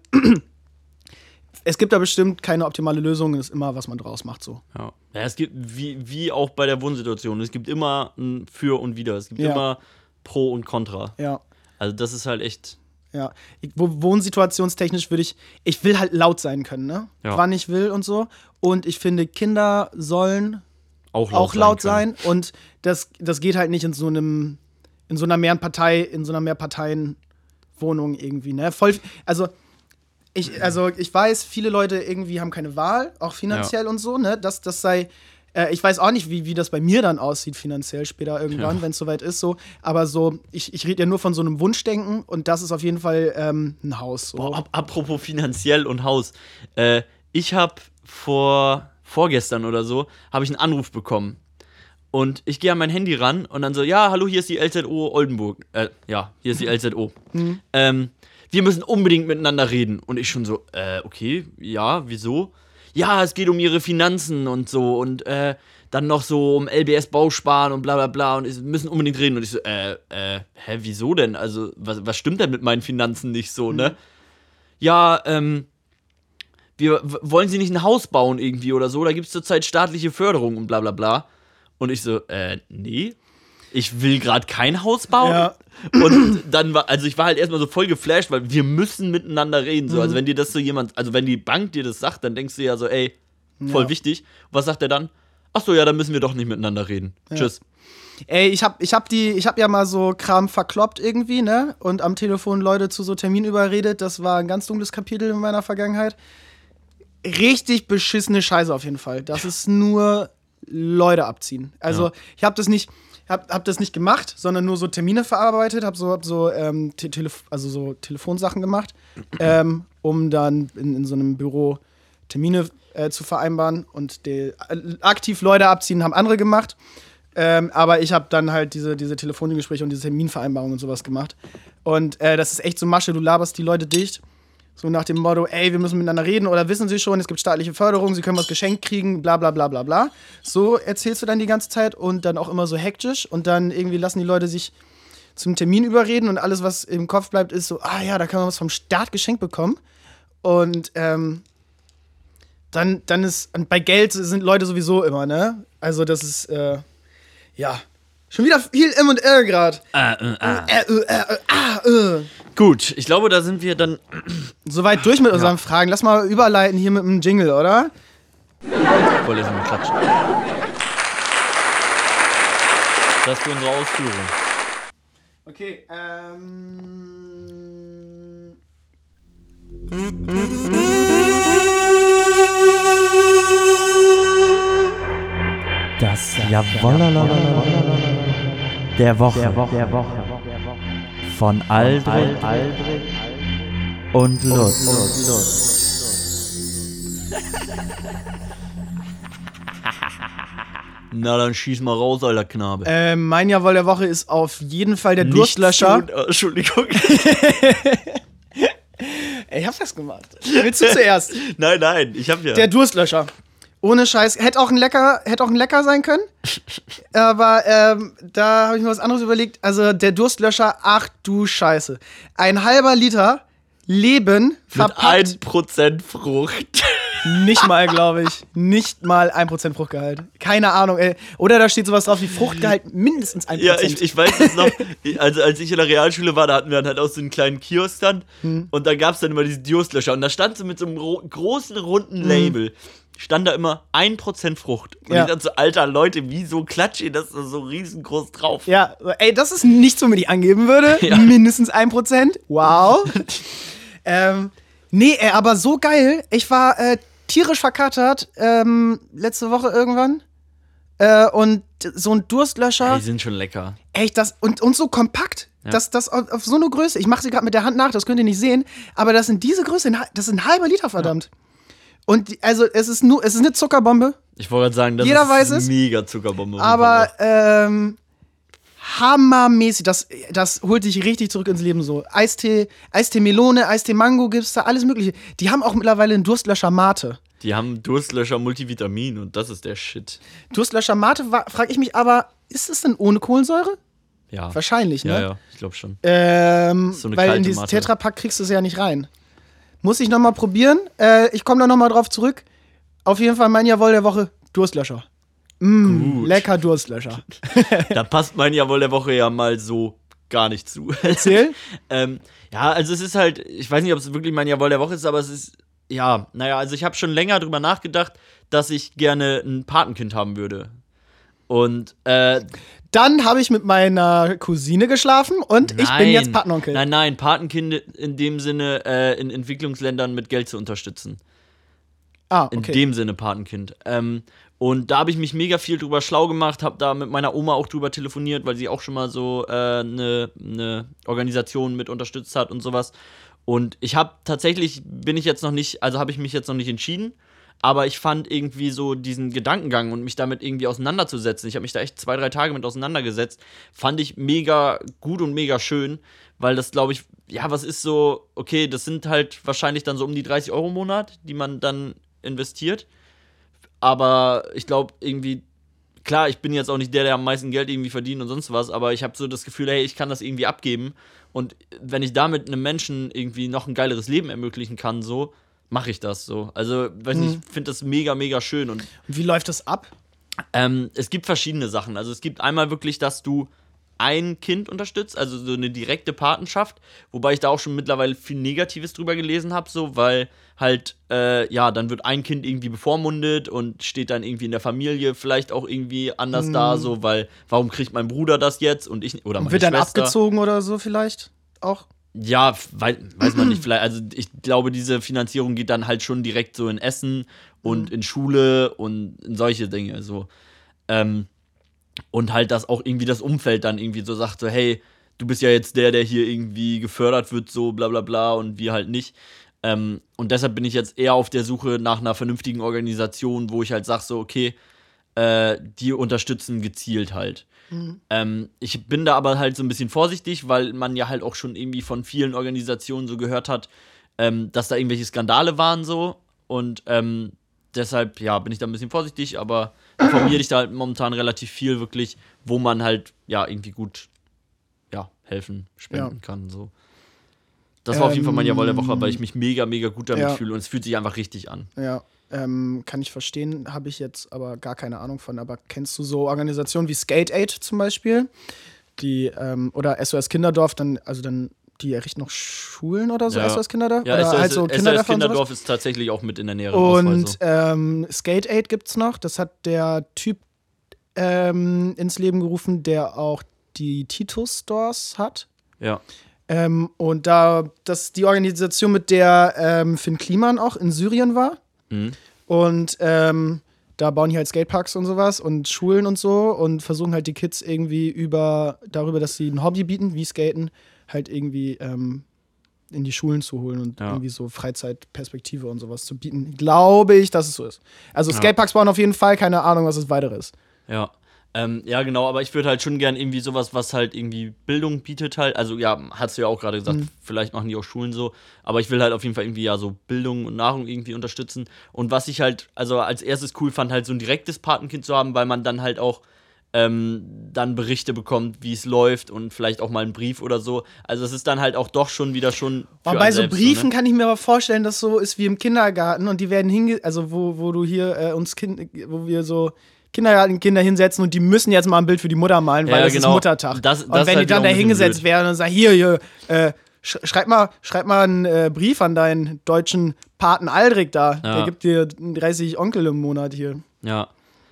es gibt da bestimmt keine optimale Lösung, es ist immer, was man draus macht. So. Ja. ja, es gibt, wie, wie auch bei der Wohnsituation, es gibt immer ein Für und Wider, es gibt ja. immer Pro und Contra. Ja. Also das ist halt echt... Ja, ich, wohnsituationstechnisch würde ich, ich will halt laut sein können, ne? Ja. Wann ich will und so. Und ich finde, Kinder sollen auch laut, auch laut sein, sein. Und das, das geht halt nicht in so einem, in so einer Mehrpartei, in so einer Mehrparteienwohnung irgendwie, ne? Voll, also ich, also ich weiß, viele Leute irgendwie haben keine Wahl, auch finanziell ja. und so, ne? Das, das sei. Ich weiß auch nicht, wie, wie das bei mir dann aussieht finanziell später irgendwann, ja. wenn es soweit ist. So. Aber so, ich, ich rede ja nur von so einem Wunschdenken und das ist auf jeden Fall ähm, ein Haus. So. Boah, ap- apropos finanziell und Haus. Äh, ich habe vor vorgestern oder so, habe ich einen Anruf bekommen. Und ich gehe an mein Handy ran und dann so, ja, hallo, hier ist die L Z O Oldenburg. Äh, ja, hier ist die L Z O. Mhm. Ähm, wir müssen unbedingt miteinander reden. Und ich schon so, äh, okay, ja, wieso? Ja, es geht um ihre Finanzen und so und äh, dann noch so um L B S-Bausparen und bla bla bla und wir müssen unbedingt reden. Und ich so, äh, äh, hä, wieso denn? Also, was, was stimmt denn mit meinen Finanzen nicht so, ne? Mhm. Ja, ähm, wir w- wollen sie nicht ein Haus bauen irgendwie oder so? Da gibt es zurzeit staatliche Förderung und bla bla bla. Und ich so, äh, nee. Ich will gerade kein Haus bauen. Ja. Und dann war, also ich war halt erstmal so voll geflasht, weil wir müssen miteinander reden. So. Mhm. Also wenn dir das so jemand, also wenn die Bank dir das sagt, dann denkst du ja so, ey, voll ja. wichtig. Was sagt er dann? Ach so, ja, dann müssen wir doch nicht miteinander reden. Ja. Tschüss. Ey, ich hab, ich hab die, ich hab ja mal so Kram verkloppt irgendwie, ne? Und am Telefon Leute zu so Terminen überredet. Das war ein ganz dunkles Kapitel in meiner Vergangenheit. Richtig beschissene Scheiße auf jeden Fall. Das ist nur Leute abziehen. Also, ja. ich hab das nicht. Hab, hab das nicht gemacht, sondern nur so Termine verarbeitet, hab so, hab so, ähm, te- Telef- also so Telefonsachen gemacht, ähm, um dann in, in so einem Büro Termine äh, zu vereinbaren und die, äh, aktiv Leute abziehen haben andere gemacht, ähm, aber ich habe dann halt diese, diese Telefongespräche und diese Terminvereinbarungen und sowas gemacht und äh, das ist echt so Masche, du laberst die Leute dicht, so nach dem Motto, ey, wir müssen miteinander reden oder wissen Sie schon, es gibt staatliche Förderung, Sie können was geschenkt kriegen, bla bla bla bla bla. So erzählst du dann die ganze Zeit und dann auch immer so hektisch und dann irgendwie lassen die Leute sich zum Termin überreden und alles, was im Kopf bleibt, ist so, ah ja, da kann man was vom Staat geschenkt bekommen. Und ähm, dann, dann ist, und bei Geld sind Leute sowieso immer, ne? Also das ist, äh, ja, schon wieder viel M und R gerade. Ah, äh, ah. Äh, äh, äh, ah, äh. Gut, ich glaube, da sind wir dann soweit durch mit unseren ja. Fragen. Lass mal überleiten hier mit dem Jingle, oder? Ich wollte jetzt mal klatschen. Das für unsere Ausführung. Okay, ähm... Das Jawollala der Woche. Der Woche. Der Woche. Von Aldrich und Lutz. Na, dann schieß mal raus, alter Knabe. Äh, mein Jawohl der Woche ist auf jeden Fall der Durstlöscher. Nicht du, Entschuldigung. Ey, ich hab das gemacht. Willst du zuerst? Nein, nein, ich hab ja. Der Durstlöscher. Ohne Scheiß. Hätte auch ein Lecker, hätte auch ein Lecker sein können. Aber ähm, da habe ich mir was anderes überlegt. Also der Durstlöscher, ach du Scheiße. Ein halber Liter Leben Mit verpackt. ein Prozent Frucht. Nicht mal, glaube ich. Nicht mal ein Prozent Fruchtgehalt. Keine Ahnung, ey. Oder da steht sowas drauf wie Fruchtgehalt mindestens ein Prozent. Ja, ich, ich weiß es noch, also als ich in der Realschule war, da hatten wir dann halt auch so einen kleinen Kiosk dann Hm. und da gab es dann immer diesen Durstlöscher und da stand so mit so einem ro- großen, runden Label, stand da immer ein Prozent Frucht. Und Ja. ich dachte so, alter Leute, wieso klatscht ihr das da so riesengroß drauf? Ja, ey, das ist nichts, womit ich angeben würde. Ja. Mindestens ein Prozent. Wow. ähm, nee, ey, aber so geil. Ich war äh, tierisch verkatert ähm, letzte Woche irgendwann. Äh, und so ein Durstlöscher. Die sind schon lecker. Echt, das, und, und so kompakt. Ja. Das, das auf, auf so eine Größe. Ich mache sie gerade mit der Hand nach, das könnt ihr nicht sehen. Aber das sind diese Größe, das ist ein halber Liter, verdammt. Und die, also es ist nur, es ist eine Zuckerbombe, Ich wollte gerade sagen, das Jeder ist weiß es. mega Zuckerbombe. aber ähm, hammermäßig. Das, das holt dich richtig zurück ins Leben so. Eistee, Eistee Melone, Eistee Mango gibt's da, alles mögliche. Die haben auch mittlerweile einen Durstlöscher Mate. Die haben Durstlöscher Multivitamin und das ist der Shit. Durstlöscher Mate, frage ich mich aber, ist es denn ohne Kohlensäure? Ja. Wahrscheinlich, ne? Ja, ja, ich glaube schon. Ähm, So eine weil in kalte dieses Matte. Tetrapack kriegst du es ja nicht rein. Muss ich nochmal probieren. Äh, ich komme da nochmal drauf zurück. Auf jeden Fall mein Jawohl der Woche, Durstlöscher. Mm, Gut. lecker Durstlöscher. Da passt mein Jawohl der Woche ja mal so gar nicht zu. Erzähl. ähm, ja, also es ist halt, ich weiß nicht, ob es wirklich mein Jawohl der Woche ist, aber es ist, ja, naja, also ich habe schon länger drüber nachgedacht, dass ich gerne ein Patenkind haben würde. Und, äh, Dann habe ich mit meiner Cousine geschlafen und ich bin nein. jetzt Patenonkel. Nein, nein, Patenkind in dem Sinne, äh, in Entwicklungsländern mit Geld zu unterstützen. Ah, In okay. dem Sinne Patenkind. Ähm, und da habe ich mich mega viel drüber schlau gemacht, habe da mit meiner Oma auch drüber telefoniert, weil sie auch schon mal so eine äh, ne, ne Organisation mit unterstützt hat und sowas. Und ich habe tatsächlich, bin ich jetzt noch nicht, also habe ich mich jetzt noch nicht entschieden, aber ich fand irgendwie so diesen Gedankengang und mich damit irgendwie auseinanderzusetzen, ich habe mich da echt zwei, drei Tage mit auseinandergesetzt, fand ich mega gut und mega schön, weil das, glaube ich, ja, was ist so, okay, das sind halt wahrscheinlich dann so um die dreißig Euro im Monat, die man dann investiert. Aber ich glaube, irgendwie, klar, ich bin jetzt auch nicht der, der am meisten Geld irgendwie verdient und sonst was, aber ich habe so das Gefühl, hey, ich kann das irgendwie abgeben. Und wenn ich damit einem Menschen irgendwie noch ein geileres Leben ermöglichen kann, so, mache ich das so. Also, weiß nicht, ich finde das mega, mega schön. Und Und wie läuft das ab? ähm, es gibt verschiedene Sachen. Also es gibt einmal wirklich, dass du ein Kind unterstützt, also so eine direkte Patenschaft, wobei ich da auch schon mittlerweile viel Negatives drüber gelesen habe, so, weil halt, äh, ja, dann wird ein Kind irgendwie bevormundet und steht dann irgendwie in der Familie vielleicht auch irgendwie anders da, so, weil, warum kriegt mein Bruder das jetzt und ich, oder meine Wird dann Schwester. abgezogen oder so vielleicht? Auch? Ja, weiß, weiß man nicht, vielleicht, also ich glaube, diese Finanzierung geht dann halt schon direkt so in Essen und in Schule und in solche Dinge, so. Ähm, und halt, dass auch irgendwie das Umfeld dann irgendwie so sagt, so, hey, du bist ja jetzt der, der hier irgendwie gefördert wird, so bla bla bla und wir halt nicht. Ähm, und deshalb bin ich jetzt eher auf der Suche nach einer vernünftigen Organisation, wo ich halt sage, so, okay, äh, die unterstützen gezielt halt. Ähm, ich bin da aber halt so ein bisschen vorsichtig, weil man ja halt auch schon irgendwie von vielen Organisationen so gehört hat, ähm, dass da irgendwelche Skandale waren so und ähm, deshalb, ja, bin ich da ein bisschen vorsichtig, aber informiere dich da halt momentan relativ viel wirklich, wo man halt, ja, irgendwie gut, ja, helfen, spenden Ja. kann, so. Das war auf jeden Fall mein Ähm, Jawohl der Woche, weil ich mich mega, mega gut damit ja. fühle und es fühlt sich einfach richtig an. Ja, ähm, kann ich verstehen, habe ich jetzt aber gar keine Ahnung von. Aber kennst du so Organisationen wie Skate Aid zum Beispiel? Die, ähm, oder S O S Kinderdorf, dann, also dann, die errichten noch Schulen oder so, Ja. S O S Kinderdorf? Ja, oder S O S, halt so S O S Kinderdörfer und sowas? Kinderdorf ist tatsächlich auch mit in der näheren Auswahl Und so. ähm, Skate Aid gibt's noch. Das hat der Typ ähm, ins Leben gerufen, der auch die Titus Stores hat. Ja. Ähm, und da, das ist die Organisation, mit der ähm, Finn Kliman auch in Syrien war. Mhm. Und ähm, da bauen die halt Skateparks und sowas und Schulen und so und versuchen halt die Kids irgendwie über, darüber, dass sie ein Hobby bieten, wie Skaten, halt irgendwie ähm, in die Schulen zu holen und Ja. irgendwie so Freizeitperspektive und sowas zu bieten. Glaube ich, dass es so ist. Also Ja. Skateparks bauen auf jeden Fall, keine Ahnung, was das weitere ist. Ja. Ähm, ja, genau, aber ich würde halt schon gern irgendwie sowas, was halt irgendwie Bildung bietet halt. Also ja, hast du ja auch gerade gesagt, Mhm. vielleicht machen die auch Schulen so. Aber ich will halt auf jeden Fall irgendwie ja so Bildung und Nahrung irgendwie unterstützen. Und was ich halt, also als erstes cool fand, halt so ein direktes Patenkind zu haben, weil man dann halt auch ähm, dann Berichte bekommt, wie es läuft und vielleicht auch mal einen Brief oder so. Also es ist dann halt auch doch schon wieder schon für Aber bei einen so selbst Briefen so, ne? kann ich mir aber vorstellen, dass so ist wie im Kindergarten und die werden hinge... Also wo, wo du hier äh, uns Kind... Wo wir so Kindergartenkinder hinsetzen und die müssen jetzt mal ein Bild für die Mutter malen, weil Ja, es genau. ist Muttertag. Das- und das wenn ist die halt dann da wiederum ein bisschen hingesetzt blöd. werden und sagen, hier, hier, äh, sch schreib mal, schreib mal einen äh, Brief an deinen deutschen Paten Aldrich da. Ja. Der gibt dir dreißig Onkel im Monat hier. Ja.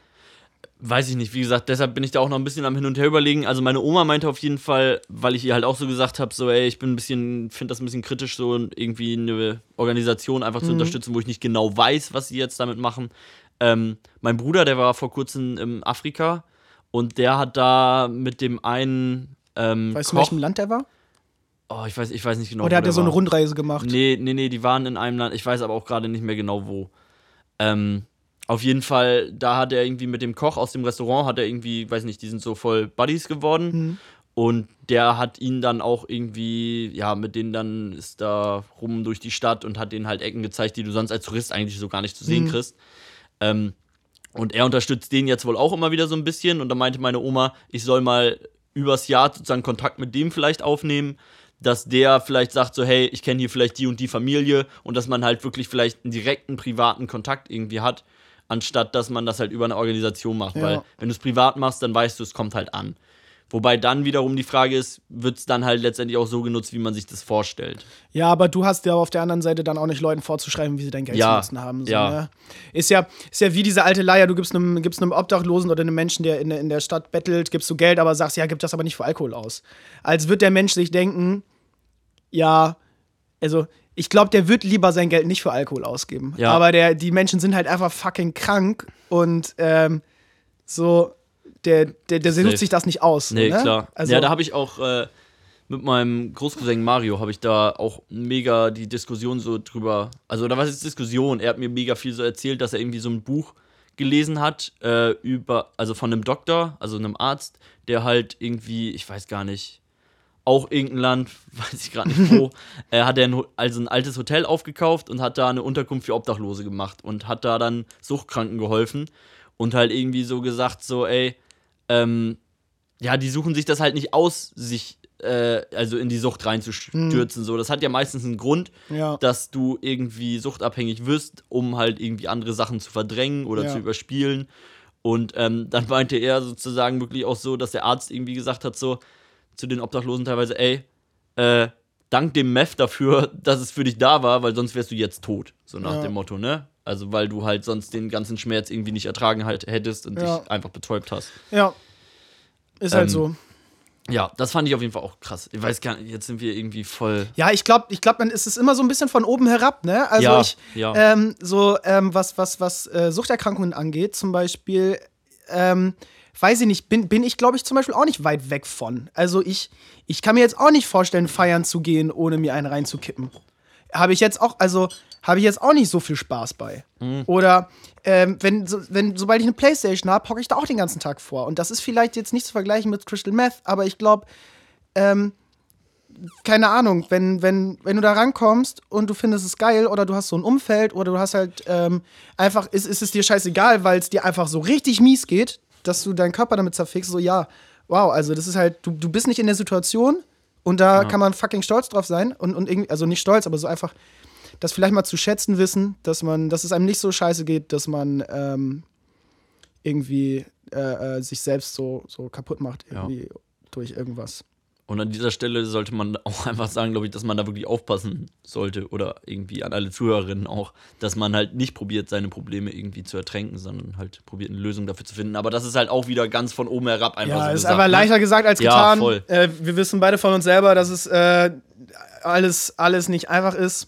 Weiß ich nicht, wie gesagt, deshalb bin ich da auch noch ein bisschen am Hin und Her überlegen. Also meine Oma meinte auf jeden Fall, weil ich ihr halt auch so gesagt habe, so ey, ich bin ein bisschen, finde das ein bisschen kritisch, so irgendwie eine Organisation einfach zu unterstützen, wo ich nicht genau weiß, was sie jetzt damit machen. Ähm, mein Bruder, der war vor kurzem in Afrika und der hat da mit dem einen ähm, Weißt du, in Koch, welchem Land der war? oh, ich weiß, ich weiß nicht genau, Oder wo hat der er so eine war. Rundreise gemacht? Nee, nee, nee, die waren in einem Land, ich weiß aber auch gerade nicht mehr genau wo. Ähm, auf jeden Fall, da hat er irgendwie mit dem Koch aus dem Restaurant, hat er irgendwie, weiß nicht, die sind so voll Buddies geworden. Mhm. Und der hat ihn dann auch irgendwie, ja, mit denen dann ist da rum durch die Stadt und hat denen halt Ecken gezeigt, die du sonst als Tourist eigentlich so gar nicht zu sehen Mhm. kriegst. Ähm, und er unterstützt den jetzt wohl auch immer wieder so ein bisschen. Und da meinte meine Oma, ich soll mal übers Jahr sozusagen Kontakt mit dem vielleicht aufnehmen, dass der vielleicht sagt so, hey, ich kenne hier vielleicht die und die Familie und dass man halt wirklich vielleicht einen direkten privaten Kontakt irgendwie hat, anstatt dass man das halt über eine Organisation macht. Ja. Weil wenn du es privat machst, dann weißt du, es kommt halt an. Wobei dann wiederum die Frage ist, wird es dann halt letztendlich auch so genutzt, wie man sich das vorstellt. Ja, aber du hast ja auf der anderen Seite dann auch nicht Leuten vorzuschreiben, wie sie dein Geld Ja, zu nutzen haben. So, ja. ne? Ist ja, ist ja wie diese alte Leier, du gibst einem, gibst einem Obdachlosen oder einem Menschen, der in, der- in der Stadt bettelt, gibst du Geld, aber sagst, ja, gib das aber nicht für Alkohol aus. Als wird der Mensch sich denken, ja, also ich glaube, der wird lieber sein Geld nicht für Alkohol ausgeben. Ja. Aber der, die Menschen sind halt einfach fucking krank und ähm, so, der, der, der Safe. sucht sich das nicht aus. Nee, ne? klar. Also, ja, da habe ich auch äh, mit meinem Großcousin Mario, habe ich da auch mega die Diskussion so drüber, also da war es Diskussion, er hat mir mega viel so erzählt, dass er irgendwie so ein Buch gelesen hat, äh, über, also von einem Doktor, also einem Arzt, der halt irgendwie, ich weiß gar nicht, auch irgendein Land, weiß ich gerade nicht wo, äh, hat er ein, Ho- also ein altes Hotel aufgekauft und hat da eine Unterkunft für Obdachlose gemacht und hat da dann Suchtkranken geholfen und halt irgendwie so gesagt, so, ey, ähm, ja, die suchen sich das halt nicht aus, sich äh, also in die Sucht reinzustürzen. So, das hat ja meistens einen Grund, ja. dass du irgendwie suchtabhängig wirst, um halt irgendwie andere Sachen zu verdrängen oder Ja. zu überspielen. Und ähm, dann meinte er sozusagen wirklich auch so, dass der Arzt irgendwie gesagt hat, so zu den Obdachlosen teilweise, ey, äh, dank dem Meth dafür, dass es für dich da war, weil sonst wärst du jetzt tot. So nach Ja. dem Motto, ne? Also weil du halt sonst den ganzen Schmerz irgendwie nicht ertragen halt hättest und Ja. dich einfach betäubt hast. Ja. Ist halt Ähm, so. Ja, das fand ich auf jeden Fall auch krass. Ich weiß gar nicht, jetzt sind wir irgendwie voll. Ja, ich glaube, ich glaub, man ist es immer so ein bisschen von oben herab, ne? Also Ja, ich, ja. ähm, so, ähm, was, was, was äh, Suchterkrankungen angeht, zum Beispiel, ähm, weiß ich nicht, bin, bin ich, glaube ich, zum Beispiel auch nicht weit weg von. Also ich, ich kann mir jetzt auch nicht vorstellen, feiern zu gehen, ohne mir einen reinzukippen. Habe ich jetzt auch, also habe ich jetzt auch nicht so viel Spaß bei. Mhm. Oder ähm, wenn, so, wenn, sobald ich eine Playstation habe, hocke ich da auch den ganzen Tag vor. Und das ist vielleicht jetzt nicht zu vergleichen mit Crystal Meth, aber ich glaube, ähm, keine Ahnung, wenn, wenn, wenn du da rankommst und du findest es geil oder du hast so ein Umfeld oder du hast halt ähm, einfach, ist, ist es dir scheißegal, weil es dir einfach so richtig mies geht, dass du deinen Körper damit zerfickst, so ja, wow, also das ist halt, du, du bist nicht in der Situation und da Ja. kann man fucking stolz drauf sein und, und irgendwie, also nicht stolz, aber so einfach das vielleicht mal zu schätzen wissen, dass man, dass es einem nicht so scheiße geht, dass man ähm, irgendwie äh, äh, sich selbst so, so kaputt macht irgendwie durch irgendwas. Und an dieser Stelle sollte man auch einfach sagen, glaube ich, dass man da wirklich aufpassen sollte oder irgendwie an alle Zuhörerinnen auch, dass man halt nicht probiert, seine Probleme irgendwie zu ertränken, sondern halt probiert, eine Lösung dafür zu finden. Aber das ist halt auch wieder ganz von oben herab einfach Ja, so ist gesagt, einfach ne? leichter gesagt als Ja, getan. voll. Äh, wir wissen beide von uns selber, dass es äh, alles, alles nicht einfach ist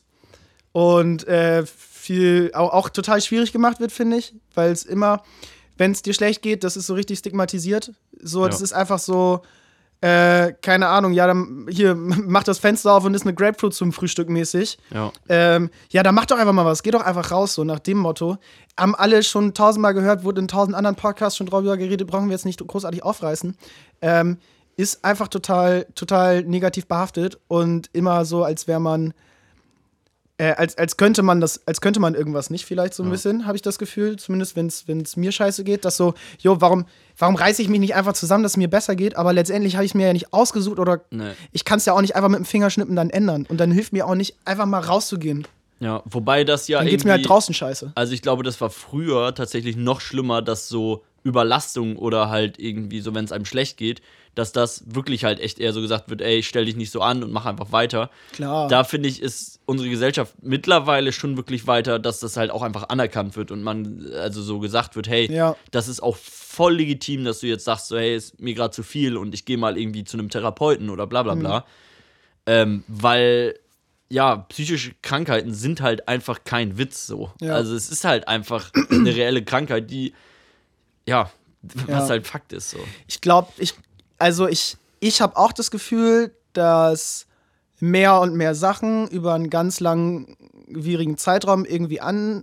und äh, viel auch, auch total schwierig gemacht wird, finde ich, weil es immer, wenn es dir schlecht geht, das ist so richtig stigmatisiert. So, Ja. das ist einfach so, äh, keine Ahnung, ja, dann hier, mach das Fenster auf und isst eine Grapefruit zum Frühstück mäßig. Ja. Ähm, ja, dann mach doch einfach mal was, geh doch einfach raus, so nach dem Motto. Haben alle schon tausendmal gehört, wurde in tausend anderen Podcasts schon drüber geredet, brauchen wir jetzt nicht großartig aufreißen. Ähm, ist einfach total, total negativ behaftet und immer so, als wäre man Äh, als, als könnte man das, als könnte man irgendwas nicht vielleicht so ein Ja. bisschen, habe ich das Gefühl, zumindest wenn es mir scheiße geht, dass so, jo, warum, warum reiße ich mich nicht einfach zusammen, dass es mir besser geht, aber letztendlich habe ich es mir ja nicht ausgesucht oder Nee. ich kann es ja auch nicht einfach mit dem Fingerschnippen dann ändern und dann hilft mir auch nicht, einfach mal rauszugehen. Ja, wobei das ja Dann geht's mir halt irgendwie- draußen scheiße. Also ich glaube, das war früher tatsächlich noch schlimmer, dass so Überlastung oder halt irgendwie so, wenn es einem schlecht geht, dass das wirklich halt echt eher so gesagt wird, ey, stell dich nicht so an und mach einfach weiter. Klar. Da finde ich, ist unsere Gesellschaft mittlerweile schon wirklich weiter, dass das halt auch einfach anerkannt wird und man also so gesagt wird, hey, Ja. das ist auch voll legitim, dass du jetzt sagst, so, hey, ist mir gerade zu viel und ich gehe mal irgendwie zu einem Therapeuten oder bla bla bla. Mhm. Ähm, weil ja, psychische Krankheiten sind halt einfach kein Witz so. Ja. Also es ist halt einfach eine reelle Krankheit, die, ja, was Ja. halt Fakt ist so. Ich glaube, ich, also ich, ich habe auch das Gefühl, dass mehr und mehr Sachen über einen ganz langwierigen Zeitraum irgendwie an,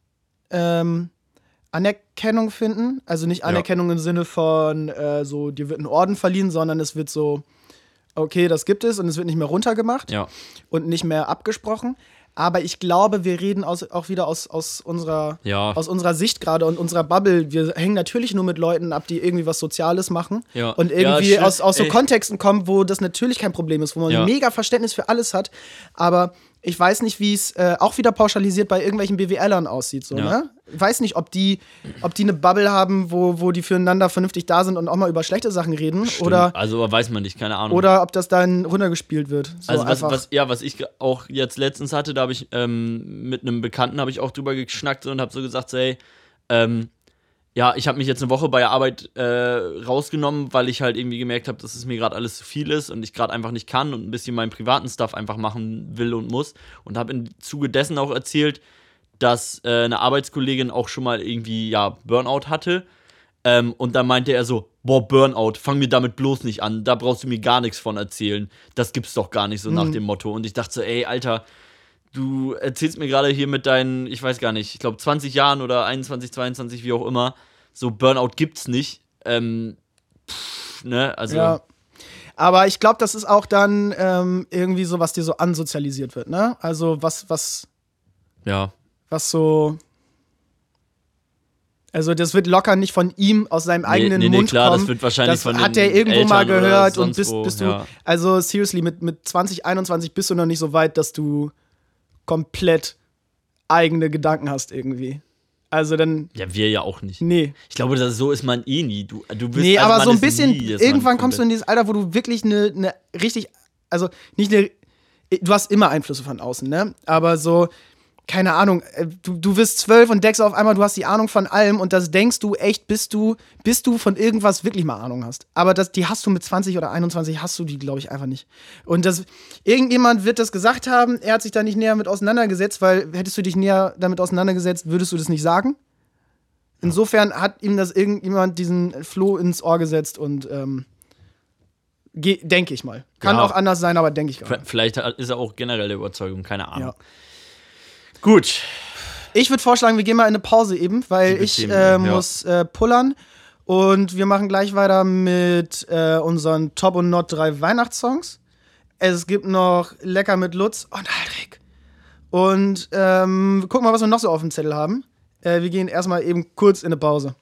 ähm, Anerkennung finden. Also nicht Anerkennung im Sinne von äh, so, dir wird ein Orden verliehen, sondern es wird so, okay, das gibt es und es wird nicht mehr runtergemacht Ja. und nicht mehr abgesprochen. Aber ich glaube, wir reden aus, auch wieder aus, aus, unserer, Ja. aus unserer Sicht gerade und unserer Bubble. Wir hängen natürlich nur mit Leuten ab, die irgendwie was Soziales machen Ja. und Ja, irgendwie stimmt. aus, aus so Ey. Kontexten kommen, wo das natürlich kein Problem ist, wo man Ja. mega Verständnis für alles hat. Aber ich weiß nicht, wie es äh, auch wieder pauschalisiert bei irgendwelchen B W Lern aussieht. So, Ja. ne? Ich weiß nicht, ob die, ob die eine Bubble haben, wo, wo die füreinander vernünftig da sind und auch mal über schlechte Sachen reden. Stimmt. Oder, Also weiß man nicht, keine Ahnung. oder ob das dann runtergespielt wird. So Also was, einfach. was, ja, was ich ge- auch jetzt letztens hatte, da habe ich ähm, mit einem Bekannten habe ich auch drüber geschnackt und habe so gesagt, so, hey, ähm, ja, ich habe mich jetzt eine Woche bei der Arbeit äh, rausgenommen, weil ich halt irgendwie gemerkt habe, dass es mir gerade alles zu viel ist und ich gerade einfach nicht kann und ein bisschen meinen privaten Stuff einfach machen will und muss. Und habe im Zuge dessen auch erzählt, dass äh, eine Arbeitskollegin auch schon mal irgendwie, ja, Burnout hatte. Ähm, und dann meinte er so, boah, Burnout, fang mir damit bloß nicht an, da brauchst du mir gar nichts von erzählen. Das gibt's doch gar nicht so nach dem Motto. Und ich dachte so, ey, Alter, du erzählst mir gerade hier mit deinen, ich weiß gar nicht, ich glaube zwanzig Jahren oder einundzwanzig, zweiundzwanzig, wie auch immer, so Burnout gibt's nicht. Ähm, pff, ne, also, Ja. Aber ich glaube, das ist auch dann ähm, irgendwie so, was dir so ansozialisiert wird, ne? Also was, was, ja. was so. Also das wird locker nicht von ihm aus seinem eigenen nee, nee, Mund klar, kommen. das wird wahrscheinlich das von hat den er irgendwo mal Eltern oder gehört und sonst bist, wo, bist du. ja. Also seriously, mit, mit zwanzig, einundzwanzig bist du noch nicht so weit, dass du komplett eigene Gedanken hast irgendwie. Also dann. Ja, wir ja auch nicht. Nee. Ich glaube, das, so ist man eh nie. Du, du bist, Nee, also aber man so ein ist bisschen, nie, dass man irgendwann kommst du in komplett- dieses Alter, wo du wirklich eine ne richtig, also nicht eine, du hast immer Einflüsse von außen, ne? Aber so, keine Ahnung, äh, du, du wirst zwölf und denkst auf einmal, du hast die Ahnung von allem und das denkst du echt, bis du, bis du von irgendwas wirklich mal Ahnung hast. Aber das, die hast du mit zwanzig oder einundzwanzig, hast du die, glaube ich, einfach nicht. Und das, irgendjemand wird das gesagt haben, er hat sich da nicht näher mit auseinandergesetzt, weil hättest du dich näher damit auseinandergesetzt, würdest du das nicht sagen? Insofern hat ihm das irgendjemand diesen Floh ins Ohr gesetzt und ähm, denke ich mal. Kann Ja. auch anders sein, aber denke ich gerade. V- Vielleicht ist er auch generell der Überzeugung, keine Ahnung. Ja. Gut. Ich würde vorschlagen, wir gehen mal in eine Pause eben, weil Die ich Themen, äh, ja. muss äh, pullern und wir machen gleich weiter mit äh, unseren Top und Not drei Weihnachtssongs. Es gibt noch Lecker mit Lutz und Aldrich. Und ähm, gucken mal, was wir noch so auf dem Zettel haben. Äh, wir gehen erstmal eben kurz in eine Pause.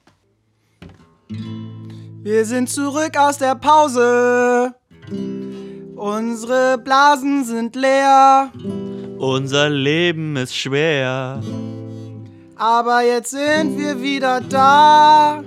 Wir sind zurück aus der Pause. Unsere Blasen sind leer. Unser Leben ist schwer. Aber jetzt sind wir wieder da.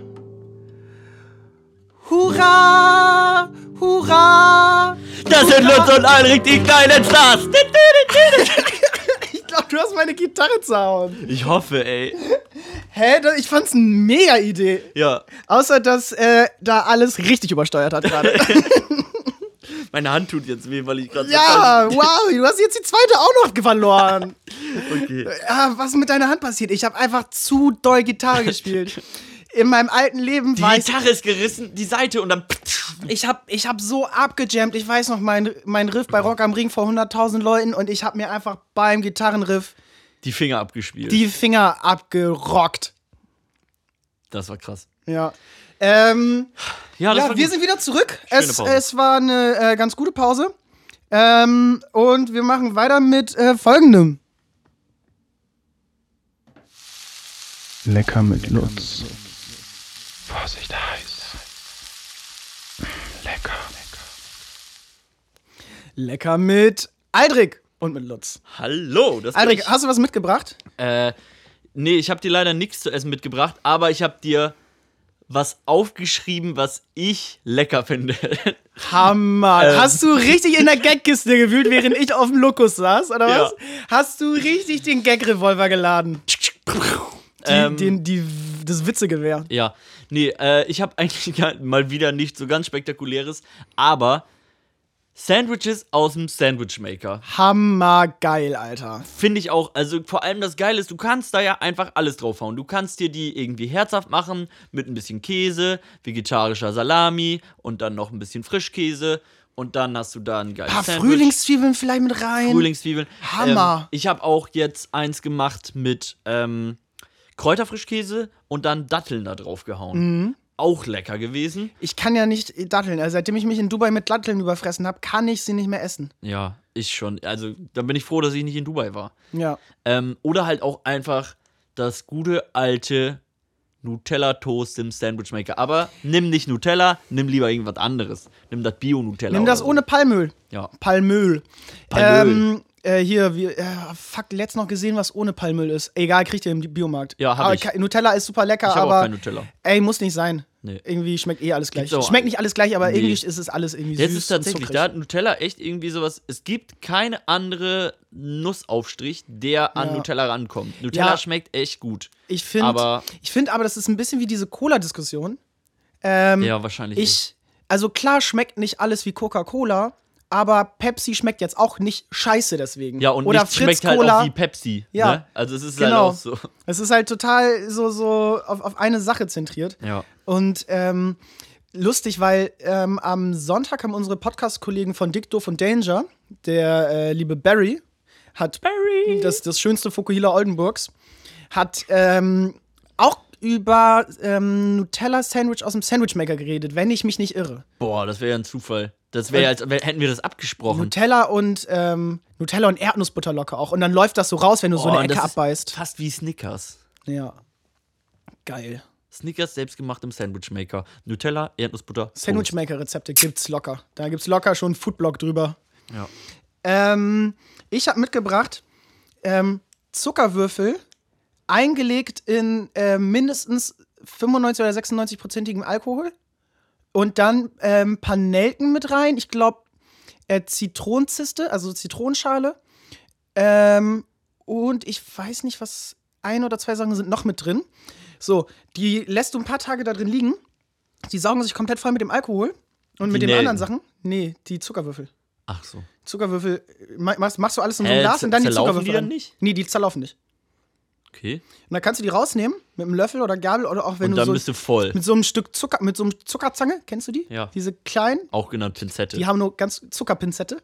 Hurra, hurra. Das sind Lutz und Alrik, die kleinen Stars. Ich glaube, du hast meine Gitarre zerhauen. Ich hoffe, ey. Hä? Das- Ich fand's eine mega Idee. Ja, Außer, dass äh, da alles richtig übersteuert hat gerade. meine Hand tut jetzt weh, weil ich gerade Ja, wow, du hast jetzt die zweite auch noch verloren. Okay. Ja, was ist mit deiner Hand passiert? Ich habe einfach zu doll Gitarre gespielt. In meinem alten Leben Die war ich. Gitarre ist gerissen, die Seite und dann. Ich hab, ich hab so abgejammt. Ich weiß noch, mein, mein Riff bei Rock am Ring vor hunderttausend Leuten und ich hab mir einfach beim Gitarrenriff Die Finger abgespielt. die Finger abgerockt. Das war krass. Ja. Ähm, Ja, das ja, war wir gut. sind wieder zurück. Schöne Es, Pause. es war eine äh, ganz gute Pause. Ähm, und wir machen weiter mit äh, folgendem. Lecker mit Lutz. Vorsicht, heiß. Lecker. Lecker mit Aldrich und mit Lutz. Hallo, das bin Aldrich, ich. hast du was mitgebracht? Äh, nee, ich habe dir leider nichts zu essen mitgebracht, aber ich habe dir was aufgeschrieben, was ich lecker finde. Hammer. Ähm. Hast du richtig in der Gagkiste gewühlt, während ich auf dem Lokus saß, oder Ja. was? Hast du richtig den Gag-Revolver geladen? Die, Ähm. den, die, das Witzegewehr. Ja, nee, äh, ich habe eigentlich gar- mal wieder nichts so ganz Spektakuläres, aber Sandwiches aus dem Sandwichmaker. Hammergeil, Alter. Finde ich auch, also vor allem das Geile ist, du kannst da ja einfach alles draufhauen. Du kannst dir die irgendwie herzhaft machen mit ein bisschen Käse, vegetarischer Salami und dann noch ein bisschen Frischkäse und dann hast du da ein geiles Ein paar Sandwich. Frühlingszwiebeln vielleicht mit rein. Frühlingszwiebeln. Hammer. Ähm, ich habe auch jetzt eins gemacht mit ähm, Kräuterfrischkäse und dann Datteln da drauf gehauen. Mhm. Auch lecker gewesen. Ich kann ja nicht Datteln. Also seitdem ich mich in Dubai mit Datteln überfressen habe, kann ich sie nicht mehr essen. Ja, ich schon. Also da bin ich froh, dass ich nicht in Dubai war. Ja. Ähm, oder halt auch einfach das gute alte Nutella-Toast im Sandwichmaker. Aber nimm nicht Nutella, nimm lieber irgendwas anderes. Nimm das Bio-Nutella. Nimm das oder so. ohne Palmöl. Ja. Palmöl. Palmöl. Ähm, äh, hier, wir, äh, fuck, letzt noch gesehen, was ohne Palmöl ist. Egal, kriegt ihr im Biomarkt. Ja, hab aber ich. ke- Nutella ist super lecker, Ich habe auch aber kein Nutella. ey, muss nicht sein. Nee. Irgendwie schmeckt eh alles gleich. Gibt's auch- Schmeckt nicht alles gleich, aber Nee. irgendwie ist es alles irgendwie Jetzt süß ist tatsächlich, und da zuckrig. hat Nutella echt irgendwie sowas. Es gibt keine andere Nussaufstrich, der an Ja. Nutella rankommt. Nutella Ja. schmeckt echt gut. Ich finde aber- ich find aber, das ist ein bisschen wie diese Cola-Diskussion. Ähm, Ja, wahrscheinlich. nicht. ich, also klar schmeckt nicht alles wie Coca-Cola, aber Pepsi schmeckt jetzt auch nicht scheiße deswegen. Ja, und Oder nichts Fritz schmeckt halt Cola. auch wie Pepsi. Ja. Ne? Also es ist Genau. halt auch so. Es ist halt total so, so auf, auf eine Sache zentriert. Ja. Und ähm, lustig, weil ähm, am Sonntag haben unsere Podcast-Kollegen von Dick, Doof und Danger, der äh, liebe Barry, hat Barry. Das, das schönste Fukuhila Oldenburgs, hat ähm, auch über ähm, Nutella-Sandwich aus dem Sandwichmaker geredet, wenn ich mich nicht irre. Boah, das wäre ja ein Zufall. Das wäre ja, als wär- hätten wir das abgesprochen. Nutella und ähm, Nutella und Erdnussbutter locker auch. Und dann läuft das so raus, wenn du so Oh, eine und Ecke das ist abbeißt. Fast wie Snickers. Ja. Geil. Snickers selbstgemacht im Sandwichmaker. Nutella, Erdnussbutter. Toast. Sandwichmaker-Rezepte gibt's locker. Da gibt's locker schon einen Foodblog drüber. Ja. Ähm, ich habe mitgebracht ähm, Zuckerwürfel, eingelegt in äh, mindestens fünfundneunzig oder sechsundneunzig-prozentigem Alkohol. Und dann ähm, ein paar Nelken mit rein. Ich glaube, äh, Zitronenziste, also Zitronenschale. Ähm, und ich weiß nicht, was ein oder zwei Sachen sind noch mit drin. So, die lässt du ein paar Tage da drin liegen. Die saugen sich komplett voll mit dem Alkohol. Und mit Die den Nelken? anderen Sachen. Nee, die Zuckerwürfel. Ach so. Zuckerwürfel, ma- machst, machst du alles in so ein Äh, Glas zer- und dann die zerlaufen Zuckerwürfel die dann rein. nicht? Nee, die zerlaufen nicht. Okay. Und dann kannst du die rausnehmen mit einem Löffel oder Gabel oder auch wenn Und du dann so bist du voll. mit so einem Stück Zucker, mit so einem Zuckerzange, kennst du die? Ja. Diese kleinen, Auch genannt Pinzette. die haben nur ganz Zuckerpinzette.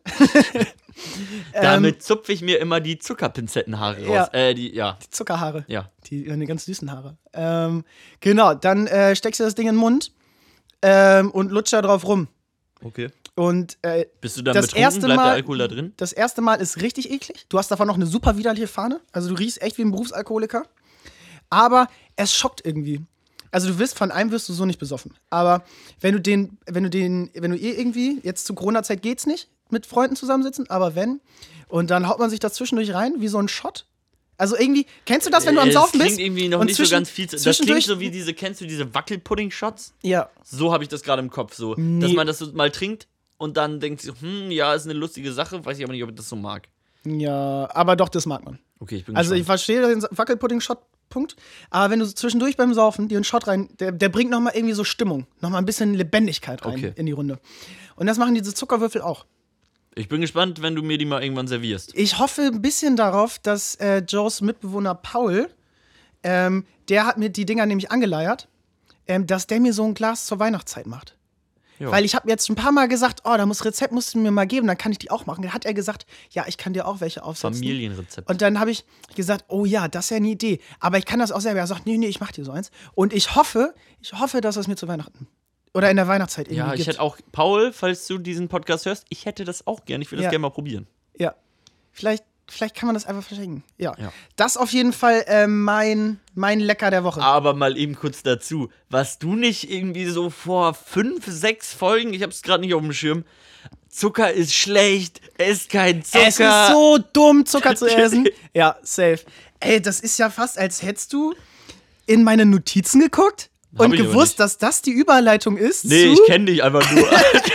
Damit zupfe ich mir immer die Zuckerpinzettenhaare Ja. raus. Äh, die, ja. Zuckerhaare. Ja. Die äh, ganz süßen Haare. Ähm, genau, dann äh, steckst du das Ding in den Mund ähm, und lutscht da drauf rum. Okay. Und äh, Bist du dann Das betrunken? erste Bleibt Mal- der Alkohol da drin? das erste Mal ist richtig eklig. Du hast davon noch eine super widerliche Fahne. Also du riechst echt wie ein Berufsalkoholiker. Aber es schockt irgendwie. Also du wirst von einem wirst du so nicht besoffen. Aber wenn du den, wenn du den, wenn du eh irgendwie, jetzt zu Corona-Zeit geht's nicht, mit Freunden zusammensitzen, aber wenn, und dann haut man sich das zwischendurch rein, wie so ein Shot. Also irgendwie, kennst du das, wenn du am Äh, Saufen das bist? klingt irgendwie noch und nicht so zwischen- ganz viel. Das zwischendurch- klingt so wie diese, kennst du diese Wackelpudding-Shots? Ja. So habe ich das gerade im Kopf. So, Nee. dass man das so mal trinkt und dann denkt sich, hm, ja, ist eine lustige Sache, weiß ich aber nicht, ob ich das so mag. Ja, aber doch, das mag man. Okay, ich bin Also ich gespannt. verstehe den Wackelpudding-Shot-Punkt, aber wenn du so zwischendurch beim Saufen dir einen Shot rein, der, der bringt nochmal irgendwie so Stimmung, nochmal ein bisschen Lebendigkeit rein Okay. in die Runde. Und das machen diese Zuckerwürfel auch. Ich bin gespannt, wenn du mir die mal irgendwann servierst. Ich hoffe ein bisschen darauf, dass äh, Joes Mitbewohner Paul, ähm, der hat mir die Dinger nämlich angeleiert, ähm, dass der mir so ein Glas zur Weihnachtszeit macht. Ja. Weil ich habe jetzt ein paar Mal gesagt, oh, da muss Rezept musst du mir mal geben, dann kann ich die auch machen. Dann hat er gesagt, ja, ich kann dir auch welche aufsetzen. Familienrezept. Und dann habe ich gesagt, oh ja, das ist ja eine Idee. Aber ich kann das auch selber. Er sagt, nee, nee, ich mach dir so eins. Und ich hoffe, ich hoffe, dass es mir zu Weihnachten oder in der Weihnachtszeit irgendwie Ja, ich gibt. hätte auch, Paul, falls du diesen Podcast hörst, ich hätte das auch gerne. Ich würde das Ja. gerne mal probieren. Ja. Vielleicht vielleicht kann man das einfach verschenken. Ja. Ja. Das auf jeden Fall äh, mein, mein Lecker der Woche. Aber mal eben kurz dazu. Warst du nicht irgendwie so vor fünf, sechs Folgen, ich hab's gerade nicht auf dem Schirm, Zucker ist schlecht, ess kein Zucker. Es ist so dumm, Zucker zu essen. Ja, safe. Ey, das ist ja fast, als hättest du in meine Notizen geguckt Hab und ich aber gewusst, nicht. dass das die Überleitung ist Nee, zu... ich kenn dich einfach nur.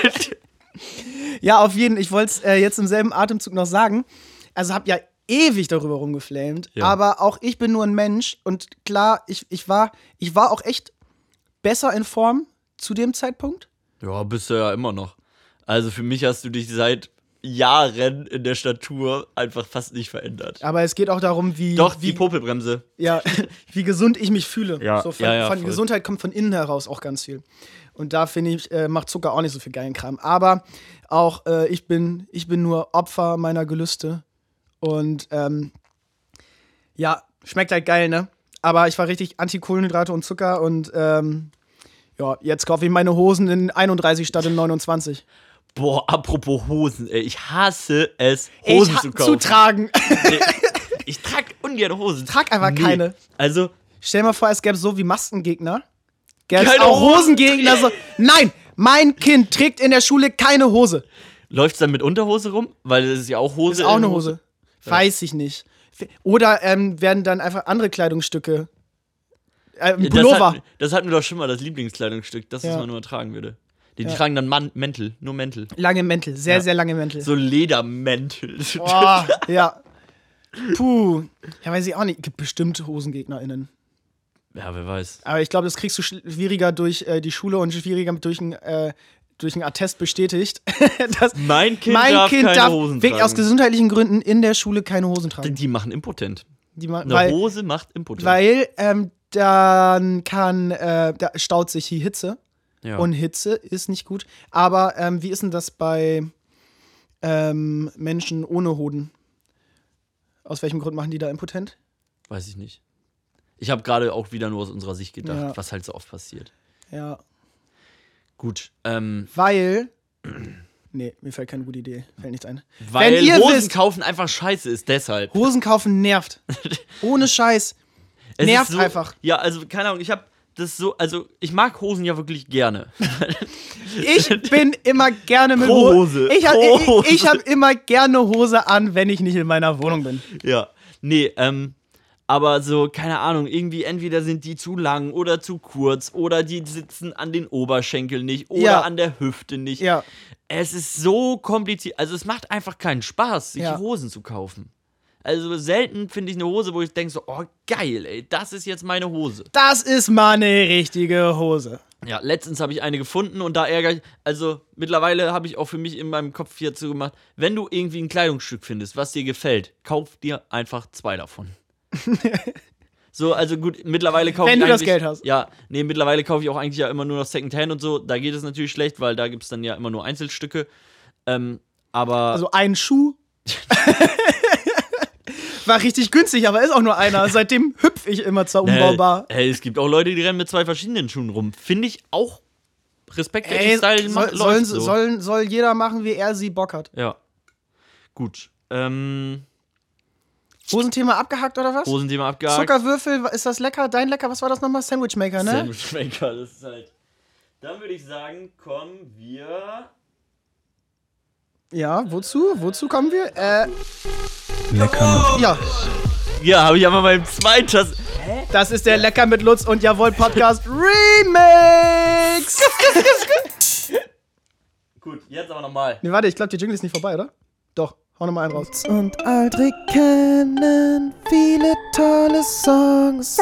Ja, auf jeden Fall. Ich wollte es äh, jetzt im selben Atemzug noch sagen. Also hab ja ewig darüber rumgeflamed, Ja. aber auch ich bin nur ein Mensch und klar, ich, ich, war, ich war auch echt besser in Form zu dem Zeitpunkt. Ja, bist du ja immer noch. Also für mich hast du dich seit Jahren in der Statur einfach fast nicht verändert. Aber es geht auch darum, wie, Doch, wie, die Popelbremse. ja, wie gesund ich mich fühle. Ja, so von, ja, ja, von voll. Gesundheit kommt von innen heraus auch ganz viel. Und da finde ich, äh, macht Zucker auch nicht so viel geilen Kram. Aber auch äh, ich, bin, ich bin nur Opfer meiner Gelüste. Und ähm, ja, schmeckt halt geil, ne? Aber ich war richtig Anti-Kohlenhydrate und Zucker und ähm, ja, jetzt kaufe ich meine Hosen in einunddreißig statt in neunundzwanzig. Boah, apropos Hosen, ey, ich hasse es, Ich Hosen ha- zu kaufen. zu tragen. Nee, ich trage ungern Hosen. Trag einfach Nee. keine. Also, Stell dir mal vor, es gäbe so wie Maskengegner. Gäbe es Keine auch Hosen. Hosengegner. So, nein, mein Kind trägt in der Schule keine Hose. läuft's dann mit Unterhose rum? Weil das ist ja auch Hose. Ist auch in eine Hose. Weiß ich nicht. Oder ähm, werden dann einfach andere Kleidungsstücke. Äh, ein Das, Pullover. hat, das hatten wir doch schon mal, das Lieblingskleidungsstück, das, Ja. was man nur tragen würde. Die, die Ja. tragen dann Man Mäntel, nur Mäntel. Lange Mäntel. Sehr, Ja. sehr lange Mäntel. So Ledermäntel. Oh, ja. Puh. Ja, weiß ich auch nicht. Gibt bestimmt HosengegnerInnen. Ja, wer weiß. Aber ich glaube, das kriegst du schwieriger durch äh, die Schule und schwieriger durch ein, äh, durch ein Attest bestätigt. dass Mein Kind mein darf Kind keine darf Hosen wirklich aus tragen. gesundheitlichen Gründen in der Schule keine Hosen tragen. Die machen impotent. Die ma- Eine weil Hose macht impotent. weil ähm, dann kann, äh, da staut sich die Hitze. ja. Und Hitze ist nicht gut. Aber ähm, wie ist denn das bei ähm, Menschen ohne Hoden? Aus welchem Grund machen die da impotent? Weiß ich nicht. Ich habe gerade auch wieder nur aus unserer Sicht gedacht, Ja. was halt so oft passiert. Ja. Gut, ähm, Weil. Nee, mir fällt keine gute Idee. Fällt nichts ein. weil Wenn ihr Hosen wisst- kaufen einfach scheiße ist, deshalb. Hosen kaufen nervt. Ohne Scheiß. Es nervt ist so, einfach. Ja, also keine Ahnung, ich habe das so, also ich mag Hosen ja wirklich gerne. Ich bin immer gerne mit Pro Ho- Hose. Ich habe Pro ich, Hose. ich hab immer gerne Hose an, wenn ich nicht in meiner Wohnung bin. Ja, nee, ähm, aber so, keine Ahnung, irgendwie entweder sind die zu lang oder zu kurz oder die sitzen an den Oberschenkeln nicht oder Ja. an der Hüfte nicht. Ja. Es ist so kompliziert, also es macht einfach keinen Spaß, sich Ja. Hosen zu kaufen. Also selten finde ich eine Hose, wo ich denke so, oh geil, ey, das ist jetzt meine Hose. Das ist mal eine richtige Hose. Ja, letztens habe ich eine gefunden und da ärgere ich, also mittlerweile habe ich auch für mich in meinem Kopf hierzu gemacht, wenn du irgendwie ein Kleidungsstück findest, was dir gefällt, kauf dir einfach zwei davon. So, also gut, mittlerweile kaufe ich Wenn du das eigentlich- Geld hast. Ja, nee, mittlerweile kaufe ich auch eigentlich ja immer nur noch Secondhand und so, da geht es natürlich schlecht, weil da gibt es dann ja immer nur Einzelstücke, ähm, aber... Also ein Schuh. War richtig günstig, aber ist auch nur einer. Seitdem hüpf ich immer zur Umbaubar. Äh, ey, es gibt auch Leute, die rennen mit zwei verschiedenen Schuhen rum. Finde ich auch Respekt, der Ey, den Style soll, macht, sollen, läuft so. sollen, soll jeder machen, wie er sie Bock hat. Ja. Gut. Ähm, Hosenthema abgehackt oder was? Hosenthema abgehakt. Zuckerwürfel, ist das lecker? Dein lecker, was war das nochmal? Sandwichmaker, ne? Sandwichmaker, das ist halt. Dann würde ich sagen, kommen wir. Ja, wozu? Wozu kommen wir? Äh, Lecker. ja, Ja, habe ich aber beim zweiten Tass. das ist der Lecker mit Lutz und Jawohl Podcast Remix! Gut, jetzt aber nochmal. Ne, warte, ich glaube, die Jingle ist nicht vorbei, oder? Doch, hau nochmal einen raus. Und Aldrich kennen viele tolle Songs.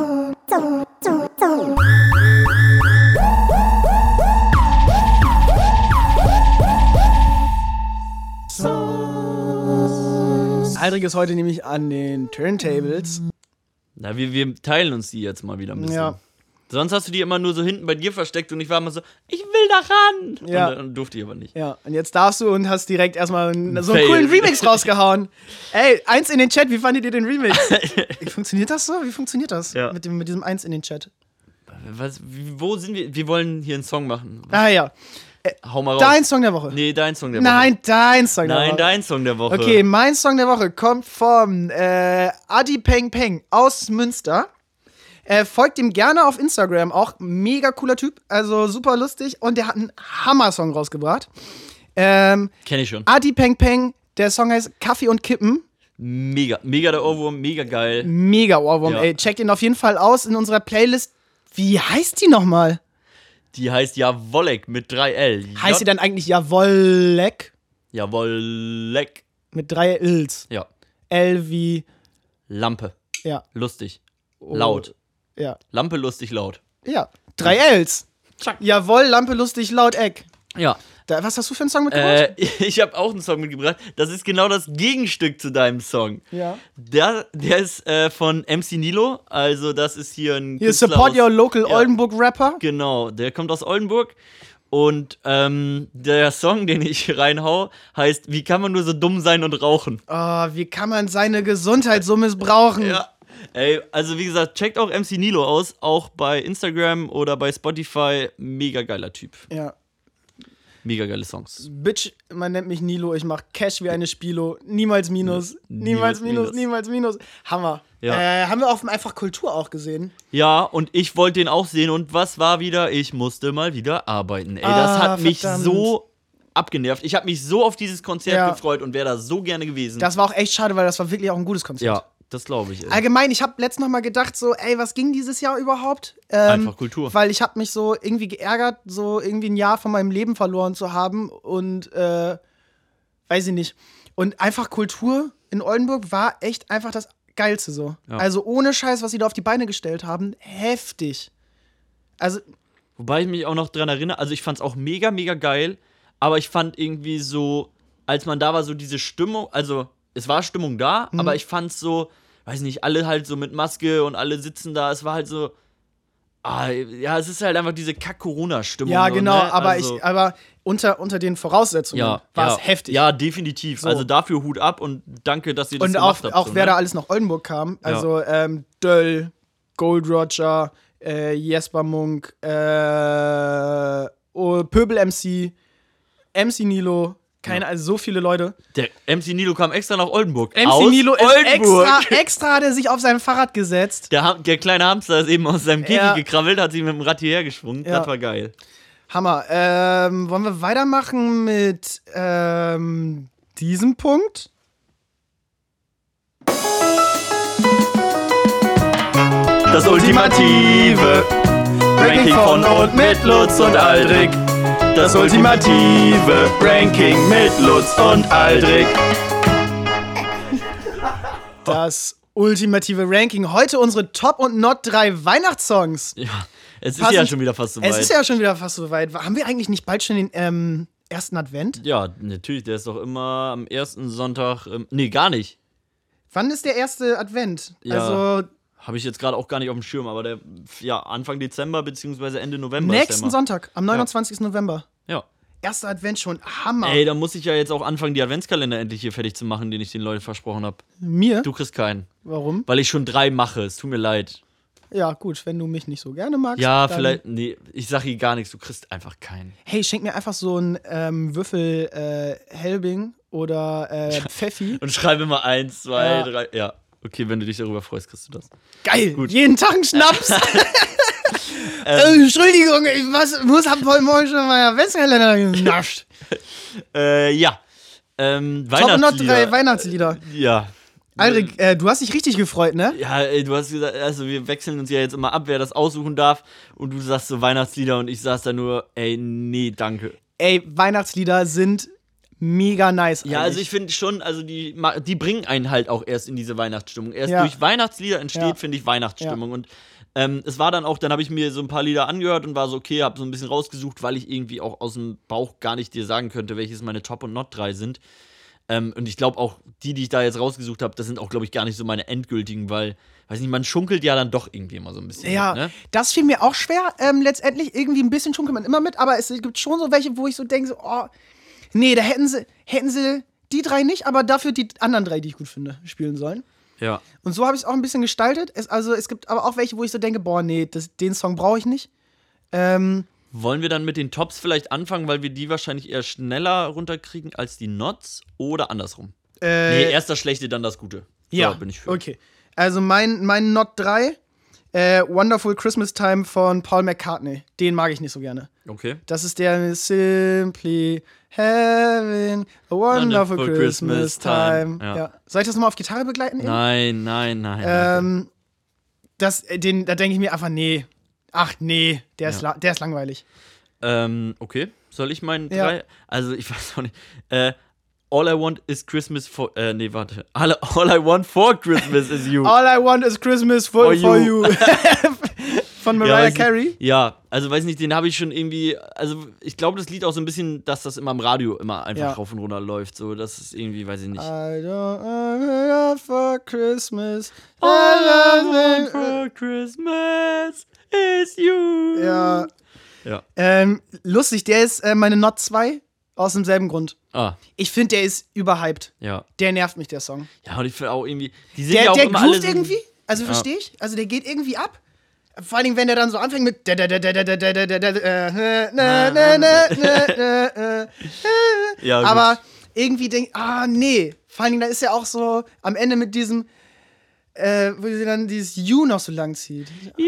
Aldrich ist heute nämlich an den Turntables. Na, wir, wir teilen uns die jetzt mal wieder ein bisschen. Ja. Sonst hast du die immer nur so hinten bei dir versteckt und ich war immer so, ich will da ran. Ja. Und dann durfte ich aber nicht. Ja, und jetzt darfst du und hast direkt erstmal einen, so einen Fail. coolen Remix rausgehauen. Ey, eins in den Chat, wie fandet ihr den Remix? Wie funktioniert das so? Wie funktioniert das? Ja. Mit, dem, mit diesem eins in den Chat. Was, wie, wo sind wir? Wir wollen hier einen Song machen. Ah ja. Hau mal raus. Dein Song der Woche. Nee, dein Song der Woche. Nein, dein Song der Nein, Woche. dein Song der Woche. Okay, mein Song der Woche kommt vom äh, Adi Peng Peng aus Münster. Äh, folgt ihm gerne auf Instagram, auch mega cooler Typ, also super lustig und der hat einen Hammer-Song rausgebracht. Ähm, Kenn ich schon. Adi Peng Peng, der Song heißt Kaffee und Kippen. Mega, mega der Ohrwurm, mega geil. Mega Ohrwurm, Ja. ey. Checkt ihn auf jeden Fall aus in unserer Playlist. Wie heißt die nochmal? Die heißt Jawollek mit drei L. Heißt sie dann eigentlich Jawollek? Jawollek. Mit drei Ls. Ja. L wie, Lampe. ja. Lustig. Oh, Laut. Ja. Lampe, lustig, laut. Ja. Drei Ls. Jawoll, Lampe, lustig, laut, Eck. Ja. Da, was hast du für einen Song mitgebracht? Äh, ich habe auch einen Song mitgebracht. Das ist genau das Gegenstück zu deinem Song. Ja. Der, der ist äh, von M C Nilo. Also, das ist hier ein. Hier, Künstler support aus- your local Ja. Oldenburg-Rapper. Genau, der kommt aus Oldenburg. Und ähm, der Song, den ich reinhau, heißt: Wie kann man nur so dumm sein und rauchen? Oh, wie kann man seine Gesundheit so missbrauchen? Ja. Ey, also wie gesagt, checkt auch M C Nilo aus, auch bei Instagram oder bei Spotify. Mega geiler Typ. Ja. Mega geile Songs. Bitch, man nennt mich Nilo, ich mach Cash wie eine Spilo. Niemals Minus. Niemals Niemals Minus, Minus. niemals Minus. Hammer. Ja. Äh, haben wir auf dem Einfach Kultur auch gesehen. Ja, und ich wollte den auch sehen und was war wieder? Ich musste mal wieder arbeiten. Ey, das Ah, hat mich verdammt. so abgenervt. Ich habe mich so auf dieses Konzert Ja. gefreut und wäre da so gerne gewesen. Das war auch echt schade, weil das war wirklich auch ein gutes Konzert. ja, das glaube ich. Ey. Allgemein, ich habe letztens noch mal gedacht, so, ey, was ging dieses Jahr überhaupt? Ähm, Einfach Kultur. Weil ich habe mich so irgendwie geärgert, so irgendwie ein Jahr von meinem Leben verloren zu haben und, äh, weiß ich nicht. Und einfach Kultur in Oldenburg war echt einfach das Geilste so. Ja. Also ohne Scheiß, was sie da auf die Beine gestellt haben, heftig. Also, Wobei ich mich auch noch dran erinnere, also ich fand's auch mega, mega geil, aber ich fand irgendwie so, als man da war, so diese Stimmung, also es war Stimmung da, Mhm. aber ich fand's so, weiß nicht, alle halt so mit Maske und alle sitzen da, es war halt so, ah, ja, es ist halt einfach diese Kack-Corona-Stimmung. ja, so, genau, ne? aber also, ich, aber unter, unter den Voraussetzungen ja, war ja, es heftig. Ja, definitiv. So. Also dafür Hut ab und danke, dass ihr das Und gemacht auch, habt. auch so, wer ne? da alles nach Oldenburg kam. Also ähm, Döll, Gold Roger, äh, Jesper Munk, äh, oh, Pöbel M C, M C Nilo, keine, also so viele Leute. Der M C Nilo kam extra nach Oldenburg. M C Aus Nilo ist Oldenburg. extra, extra hat er sich auf sein Fahrrad gesetzt. Der, Ham- der kleine Hamster ist eben aus seinem Käfig Ja. gekrabbelt, hat sich mit dem Rad hierher geschwungen. Ja. Das war geil. Hammer. Ähm, wollen wir weitermachen mit ähm, diesem Punkt? Das ultimative Ranking von und mit Lutz und Aldrich. Das ultimative Ranking mit Lutz und Aldrich. Das ultimative Ranking. Heute unsere Top- und Not drei Weihnachtssongs. Ja, es ist Passend- ja schon wieder fast so weit. Es ist ja schon wieder fast so weit. Haben wir eigentlich nicht bald schon den ähm, ersten Advent? Ja, natürlich, der ist doch immer am ersten Sonntag. Ähm, nee, gar nicht. Wann ist der erste Advent? Ja. Also Habe ich jetzt gerade auch gar nicht auf dem Schirm, aber der, ja, Anfang Dezember beziehungsweise Ende November ist nächsten der immer. Sonntag, am neunundzwanzigsten November. Ja. Erster Advent schon. Hammer. Ey, da muss ich ja jetzt auch anfangen, die Adventskalender endlich hier fertig zu machen, den ich den Leuten versprochen habe. Mir? Du kriegst keinen. Warum? Weil ich schon drei mache. Es tut mir leid. Ja, gut, wenn du mich nicht so gerne magst. Ja, dann- vielleicht. Nee, ich sag hier gar nichts. Du kriegst einfach keinen. Hey, schenk mir einfach so einen ähm, Würfel äh, Helbing oder äh, Pfeffi. Und schreibe mal eins, zwei, Ja. drei. Ja. Okay, wenn du dich darüber freust, kriegst du das. Geil, Gut. jeden Tag ein Schnaps. äh, Entschuldigung, ich was, muss, hab heute Morgen schon mal Adventskalender genascht. Äh, ja. Ähm, Top und Not drei Weihnachtslieder. Weihnachtslieder. Ja. Aldrich, äh, du hast dich richtig gefreut, ne? Ja, ey, du hast gesagt, also wir wechseln uns ja jetzt immer ab, wer das aussuchen darf. Und du sagst so Weihnachtslieder und ich saß da nur, ey, nee, danke. Ey, Weihnachtslieder sind mega nice. Ja, also eigentlich. ich finde schon, also die, ma- die bringen einen halt auch erst in diese Weihnachtsstimmung. Erst Ja. durch Weihnachtslieder entsteht, Ja. finde ich, Weihnachtsstimmung. Und ähm, es war dann auch, dann habe ich mir so ein paar Lieder angehört und war so, okay, habe so ein bisschen rausgesucht, weil ich irgendwie auch aus dem Bauch gar nicht dir sagen könnte, welches meine Top- und Not drei sind. Ähm, und ich glaube auch, die, die ich da jetzt rausgesucht habe, das sind auch, glaube ich, gar nicht so meine endgültigen, weil, weiß nicht, man schunkelt ja dann doch irgendwie immer so ein bisschen. Ja, mit, ne? das fiel mir auch schwer. Ähm, letztendlich irgendwie ein bisschen schunkelt man immer mit, aber es gibt schon so welche, wo ich so denke, so, oh, nee, da hätten sie, hätten sie die drei nicht, aber dafür die anderen drei, die ich gut finde, spielen sollen. Ja. Und so habe ich es auch ein bisschen gestaltet. Es, also es gibt aber auch welche, wo ich so denke, boah, nee, das, den Song brauche ich nicht. Ähm, Wollen wir dann mit den Tops vielleicht anfangen, weil wir die wahrscheinlich eher schneller runterkriegen als die Nots oder andersrum? Äh, Nee, erst das Schlechte, dann das Gute. So, ja, bin ich für. okay. Also mein, mein Not drei, äh, Wonderful Christmas Time von Paul McCartney. Den mag ich nicht so gerne. Okay. Das ist der Simply Having a Wonderful Wonderful Christmas, Christmas Time. Time, ja. Ja. Soll ich das nochmal auf Gitarre begleiten? eben? Nein, nein, nein. Ähm, das, äh, den, da denke ich mir einfach, nee. Ach nee, der ist, Ja. la- der ist langweilig. ähm, okay. Soll ich meinen Ja. drei? Also, ich weiß auch nicht. Äh, All I want is Christmas for. Äh, nee, warte. All, all I want for Christmas is you. All I Want is Christmas for, For for you. you. Von Ja, Mariah weiß Carey. nicht. Ja, also weiß nicht, den habe ich schon irgendwie. Also, ich glaube, das Lied auch so ein bisschen, dass das immer im Radio immer einfach Ja. rauf und runter läuft. So, das ist irgendwie, weiß ich nicht. I don't want for Christmas. All I want for Christmas is you. Ja. Ja. Ähm, lustig, der ist äh, meine Not zwei aus demselben Grund. Ah, Ich finde, der ist überhyped. ja. Der nervt mich, der Song. Ja, und ich finde auch irgendwie. Die sind Der, ja auch der immer alle groovt so, irgendwie, also Ja. verstehe ich, also der geht irgendwie ab. Vor allen Dingen, wenn der dann so anfängt mit da- da- da- da- da- da- da- da- da- da- äh, na- na- na- na- na- na- äh, Ja, gut. aber irgendwie denk, ah nee, vor allen Dingen, da ist ja auch so am Ende mit diesem, äh, wo sie dann dieses You noch so lang zieht.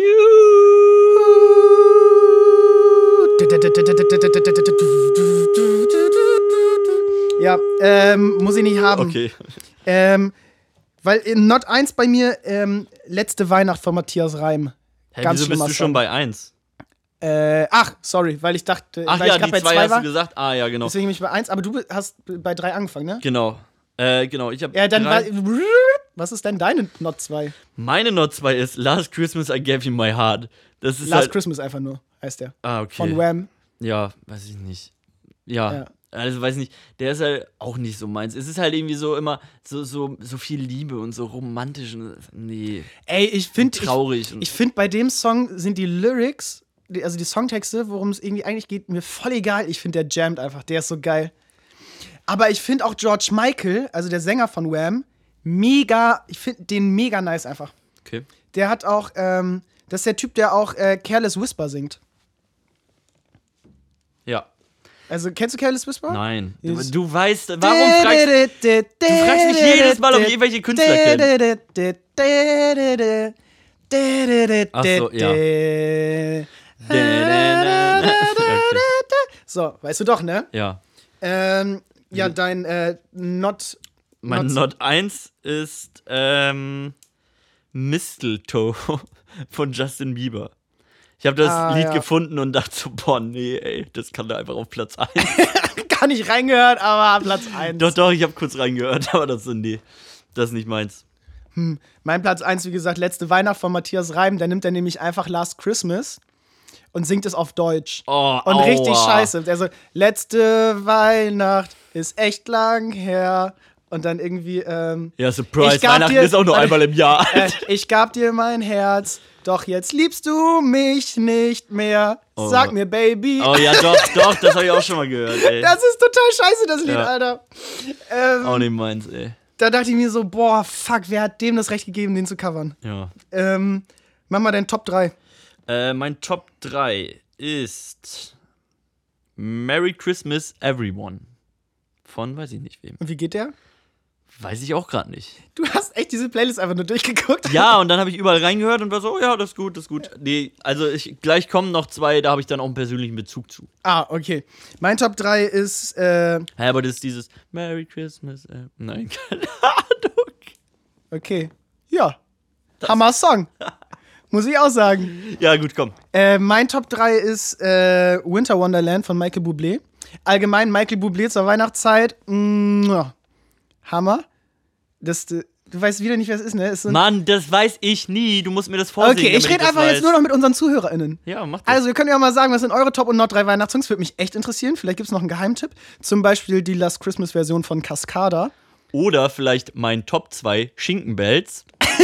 Ja, ähm, muss ich nicht haben. Okay. Ähm, weil in Not eins bei mir ähm, Letzte Weihnacht von Matthias Reim. Hä, Ganz wieso bist schlimmer du schon Song. bei eins? Äh, ach, sorry, weil ich dachte, Ach weil ja, ich grad die bei zwei zwei hast war, du gesagt. Ah, ja, genau. deswegen bin ich bei eins, aber du hast bei drei angefangen, ne? Genau. Äh, genau, ich habe Ja, dann war, drei. was ist denn deine Not zwei? Meine Not zwei ist Last Christmas I Gave You My Heart. Das ist Last halt. Christmas einfach nur, heißt der. Ah, okay. Von Wham. Ja, weiß ich nicht. Ja. Ja. Also weiß nicht, der ist halt auch nicht so meins. Es ist halt irgendwie so immer so, so, so viel Liebe und so romantisch und nee, Ey, ich finde, ich, traurig. und ich finde bei dem Song sind die Lyrics, die, also die Songtexte, worum es irgendwie eigentlich geht, mir voll egal. Ich finde, der jammt einfach, der ist so geil. Aber ich finde auch George Michael, also der Sänger von Wham, mega, ich finde den mega nice einfach. okay. Der hat auch, ähm, das ist der Typ, der auch äh, Careless Whisper singt. Ja. Also, kennst du Careless Whisper? Nein. Du, Ist- du weißt, warum fragst du. Du fragst mich jedes Mal, ob ich irgendwelche Künstler kenne. Ach so, ja. Okay. So, weißt du doch, ne? Ja. Ähm, ja, dein äh, Not. Mein Not- Not eins ist ähm, Mistletoe von Justin Bieber. Ich habe das Ah, Lied ja. gefunden und dachte so, boah, nee, ey, das kann da einfach auf Platz eins. Gar nicht reingehört, aber Platz eins. Doch, doch, ich habe kurz reingehört, aber das ist nee, das ist nicht meins. Mein Platz eins, wie gesagt, Letzte Weihnacht von Matthias Reim. Da nimmt er nämlich einfach Last Christmas und singt es auf Deutsch. Oh, Und aua. richtig scheiße. Also, letzte Weihnacht ist echt lang her. Und dann irgendwie, ähm, Ja, Surprise, Ich gab Weihnachten dir- ist auch nur einmal im Jahr. äh, ich gab dir mein Herz, doch jetzt liebst du mich nicht mehr. Oh. Sag mir, Baby. Oh ja, doch, doch, das habe ich auch schon mal gehört, ey. Das ist total scheiße, das Lied, Ja. Alter. Ähm, Auch nicht meins, ey. Da dachte ich mir so, boah, fuck, wer hat dem das Recht gegeben, den zu covern? Ja. Ähm, mach mal deinen Top drei. Äh, mein Top drei ist Merry Christmas Everyone. Von weiß ich nicht wem. Und wie geht der? Weiß ich auch gerade nicht. Du hast echt diese Playlist einfach nur durchgeguckt. Ja, und dann habe ich überall reingehört und war so, oh ja, das ist gut, das ist gut. Nee, also ich, gleich kommen noch zwei, da habe ich dann auch einen persönlichen Bezug zu. Ah, okay. Mein Top drei ist, äh, Hä, aber das ist dieses Merry Christmas. Äh, nein, keine Ahnung. okay. Ja. Hammer Song. Muss ich auch sagen. Ja, gut, komm. Äh, mein Top drei ist äh, Winter Wonderland von Michael Bublé. Allgemein Michael Bublé zur Weihnachtszeit. Mua. Hammer. Das, du weißt wieder nicht, wer es ist, ne? Ist so ein Mann, das weiß ich nie. Du musst mir das vorsehen. okay, ich damit rede das einfach weiß. jetzt nur noch mit unseren ZuhörerInnen. Ja, mach das. Also, ihr könnt ja mal sagen, was sind eure Top- und Not drei Weihnachtssongs? Würde mich echt interessieren. Vielleicht gibt es noch einen Geheimtipp. Zum Beispiel die Last Christmas-Version von Cascada. Oder vielleicht mein Top zwei Schinkenbells.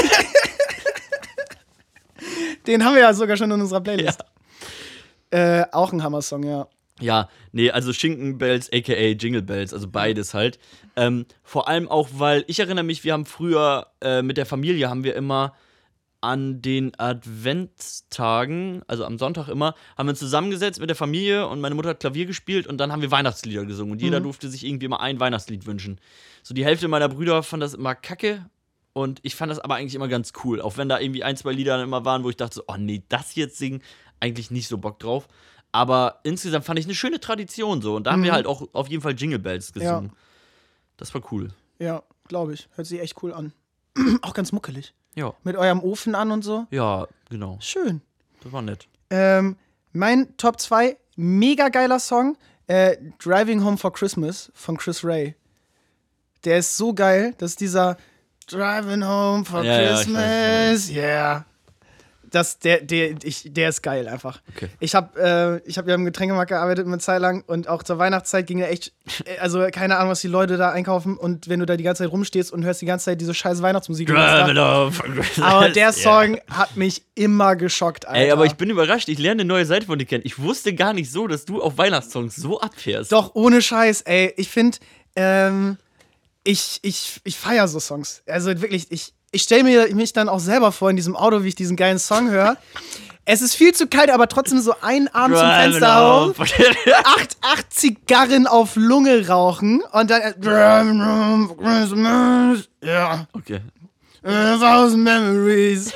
Den haben wir ja sogar schon in unserer Playlist. Äh, auch ein Hammer-Song, ja. Ja, nee, also Schinkenbells, aka Jingle Bells, also beides halt. Ähm, vor allem auch, weil ich erinnere mich, wir haben früher äh, mit der Familie haben wir immer an den Adventstagen, also am Sonntag immer, haben wir uns zusammengesetzt mit der Familie und meine Mutter hat Klavier gespielt und dann haben wir Weihnachtslieder gesungen und jeder Mhm. durfte sich irgendwie immer ein Weihnachtslied wünschen. So die Hälfte meiner Brüder fand das immer kacke und ich fand das aber eigentlich immer ganz cool, auch wenn da irgendwie ein, zwei Lieder dann immer waren, wo ich dachte so, oh nee, das jetzt singen, eigentlich nicht so Bock drauf. Aber insgesamt fand ich eine schöne Tradition so und da haben Mhm. wir halt auch auf jeden Fall Jingle Bells gesungen. Ja. Das war cool. Ja, glaube ich. Hört sich echt cool an. Auch ganz muckelig. Ja. Mit eurem Ofen an und so. Ja, genau. Schön. Das war nett. Ähm, mein Top zwei, mega geiler Song, äh, Driving Home for Christmas von Chris Ray. Der ist so geil, das ist dieser Driving Home for Ja, ja, ich Christmas, yeah. Das, der, der, ich, der ist geil einfach. Okay. Ich habe äh, ich hab ja im Getränkemarkt gearbeitet eine Zeit lang und auch zur Weihnachtszeit ging ja echt, äh, also keine Ahnung, was die Leute da einkaufen und wenn du da die ganze Zeit rumstehst und hörst die ganze Zeit diese scheiß Weihnachtsmusik. und das da- Aber der Song hat mich immer geschockt, Alter. Ey, aber ich bin überrascht, ich lerne eine neue Seite von dir kennen. Ich wusste gar nicht so, dass du auf Weihnachtssongs so abfährst. Doch, ohne Scheiß, ey. Ich finde, ähm, ich, ich, ich feiere so Songs. Also wirklich, ich, ich stelle mir mich dann auch selber vor in diesem Auto, wie ich diesen geilen Song höre. Es ist viel zu kalt, aber trotzdem so einen Arm zum Fenster hauen, acht, acht Zigarren auf Lunge rauchen und dann äh, Christmas, ja, Okay. a thousand memories.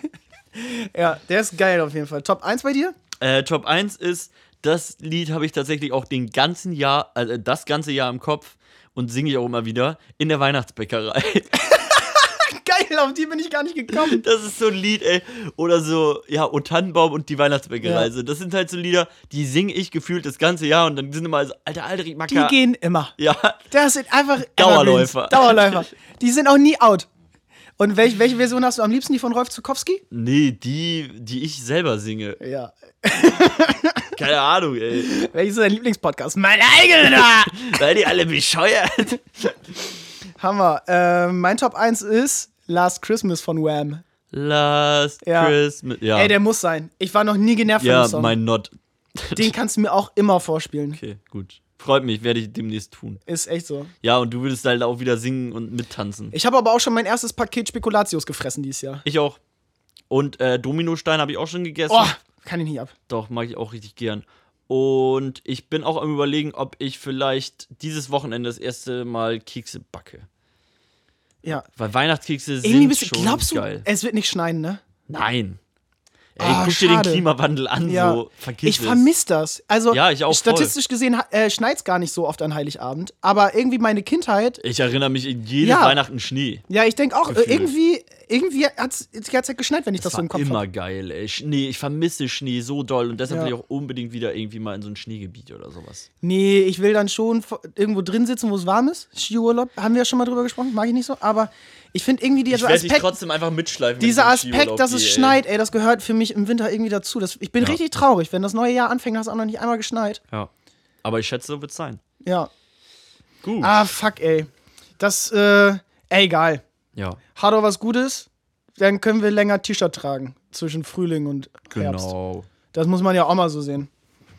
Ja, der ist geil auf jeden Fall. Top eins bei dir? Äh, Top eins ist, das Lied habe ich tatsächlich auch den ganzen Jahr, also das ganze Jahr im Kopf und singe ich auch immer wieder in der Weihnachtsbäckerei. Geil, auf die bin ich gar nicht gekommen. Das ist so ein Lied, ey. Oder so, ja, O Tannenbaum und die Weihnachtsbäckerei. Ja. So, das sind halt so Lieder, die singe ich gefühlt das ganze Jahr und dann sind immer so, alter, alter, Die Macker. gehen immer. Ja, Das sind einfach Dauerläufer. Evergreens. Dauerläufer. Die sind auch nie out. Und welch, welche Version hast du am liebsten? Die von Rolf Zukowski? nee, die, die ich selber singe. Ja. Keine Ahnung, ey. Welches ist dein Lieblingspodcast? Mein eigener! Weil die alle bescheuert. Hammer. Äh, mein Top eins ist Last Christmas von Wham. Last Ja. Christmas. Ja, Ey, der muss sein. Ich war noch nie genervt von ja dem Song. mein Not. Den kannst du mir auch immer vorspielen. Okay, gut. Freut mich, werde ich demnächst tun. Ist echt so. Ja, und du würdest halt auch wieder singen und mittanzen. Ich habe aber auch schon mein erstes Paket Spekulatius gefressen dieses Jahr. Ich auch. Und äh, Dominostein habe ich auch schon gegessen. Oh, kann ich nicht ab. Doch, mag ich auch richtig gern. Und ich bin auch am Überlegen, ob ich vielleicht dieses Wochenende das erste Mal Kekse backe. Ja. Weil Weihnachtskekse Irgendwie sind bist du, schon glaubst du, geil. es wird nicht schneien, ne? Nein. Ey, Ah, guck dir den schade. Klimawandel an, Ja. so vergiss Ich es. vermisse das. Also, Ja, ich auch voll. statistisch gesehen äh, schneit es gar nicht so oft an Heiligabend. Aber irgendwie meine Kindheit, Ich erinnere mich in jedes Ja. Weihnachten Schnee. ja, ich denke auch, äh, Gefühl. irgendwie, irgendwie hat es die ganze Zeit geschneit, wenn ich das, Das so im war Kopf immer habe. geil, ey. Schnee, ich vermisse Schnee so doll und deshalb Ja. will ich auch unbedingt wieder irgendwie mal in so ein Schneegebiet oder sowas. Nee, ich will dann schon v- irgendwo drin sitzen, wo es warm ist. Skiurlaub, haben wir ja schon mal drüber gesprochen, mag ich nicht so. Aber ich finde irgendwie dieser Ich werde dich Aspekt, trotzdem einfach mitschleifen. wenn dieser ich in den Aspekt, Skiurlaub dass es gehe, ey. schneit, ey, das gehört für mich im Winter irgendwie dazu. Das, ich bin Ja. richtig traurig, wenn das neue Jahr anfängt, hast du auch noch nicht einmal geschneit. Ja. Aber ich schätze, so wird es sein. Ja. Gut. Ah, fuck, ey. Das, äh, ey, egal. Ja, Hat doch was Gutes, dann können wir länger T-Shirt tragen zwischen Frühling und Herbst. genau. Das muss man ja auch mal so sehen.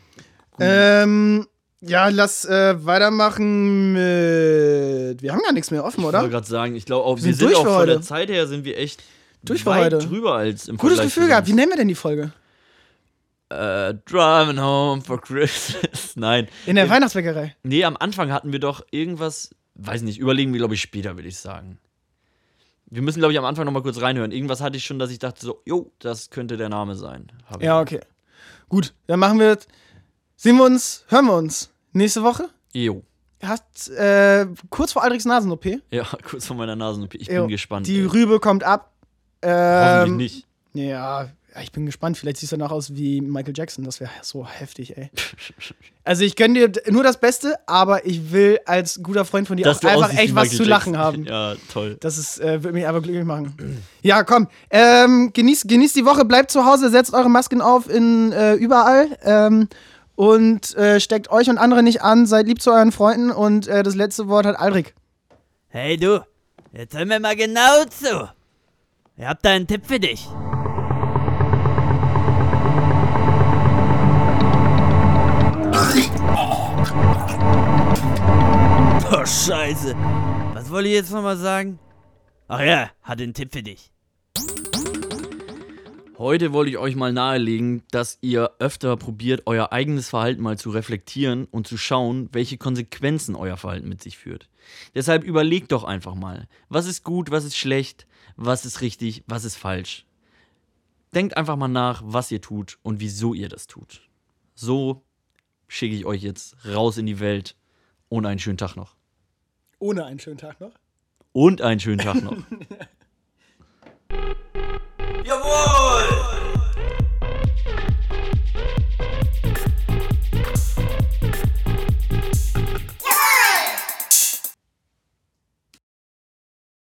Ähm, ja, lass äh, weitermachen mit. Wir haben gar nichts mehr offen, Ich oder? wollte gerade sagen, ich glaube auch, wir sind sind durch auch für von der heute. Zeit her sind wir echt Durch für weit heute. drüber als im Gutes Vergleich Gefühl zu gehabt. Wie sonst. nennen wir denn die Folge? Äh, Driving Home for Christmas. Nein. In der Äh, Weihnachtsbäckerei. Nee, am Anfang hatten wir doch irgendwas, weiß nicht, überlegen wir, glaube ich, später, würde ich sagen. Wir müssen, glaube ich, am Anfang noch mal kurz reinhören. Irgendwas hatte ich schon, dass ich dachte so, jo, das könnte der Name sein. Hab ich. Ja, okay. Gut, dann machen wir. Sehen wir uns, hören wir uns nächste Woche. Jo. Hast, äh, kurz vor Aldrichs Nasen-O P. Ja, kurz vor meiner Nase. Ich Jo, bin gespannt. Die ey. Rübe kommt ab. Hoffentlich Ähm, nicht. Ja, ja, ich bin gespannt. Vielleicht siehst du danach aus wie Michael Jackson. Das wäre so heftig, ey. Also ich gönne dir d- nur das Beste, aber ich will als guter Freund von dir Dass auch du einfach aussiehst wie echt was Michael zu lachen Jackson. haben. Ja, toll. Das ist, äh, würde mich einfach glücklich machen. Ja, komm. Ähm, genießt, genießt die Woche, bleibt zu Hause, setzt eure Masken auf in äh, überall. Ähm, und äh, steckt euch und andere nicht an, seid lieb zu euren Freunden und äh, das letzte Wort hat Aldrich. Hey du, jetzt hör mir mal genau zu. Ich hab da einen Tipp für dich. Oh, Scheiße. Was wollte ich jetzt nochmal sagen? Ach ja, hatte einen Tipp für dich. Heute wollte ich euch mal nahelegen, dass ihr öfter probiert, euer eigenes Verhalten mal zu reflektieren und zu schauen, welche Konsequenzen euer Verhalten mit sich führt. Deshalb überlegt doch einfach mal, was ist gut, was ist schlecht, was ist richtig, was ist falsch. Denkt einfach mal nach, was ihr tut und wieso ihr das tut. So schicke ich euch jetzt raus in die Welt und einen schönen Tag noch. Ohne einen schönen Tag noch. Und einen schönen Tag noch. Jawohl!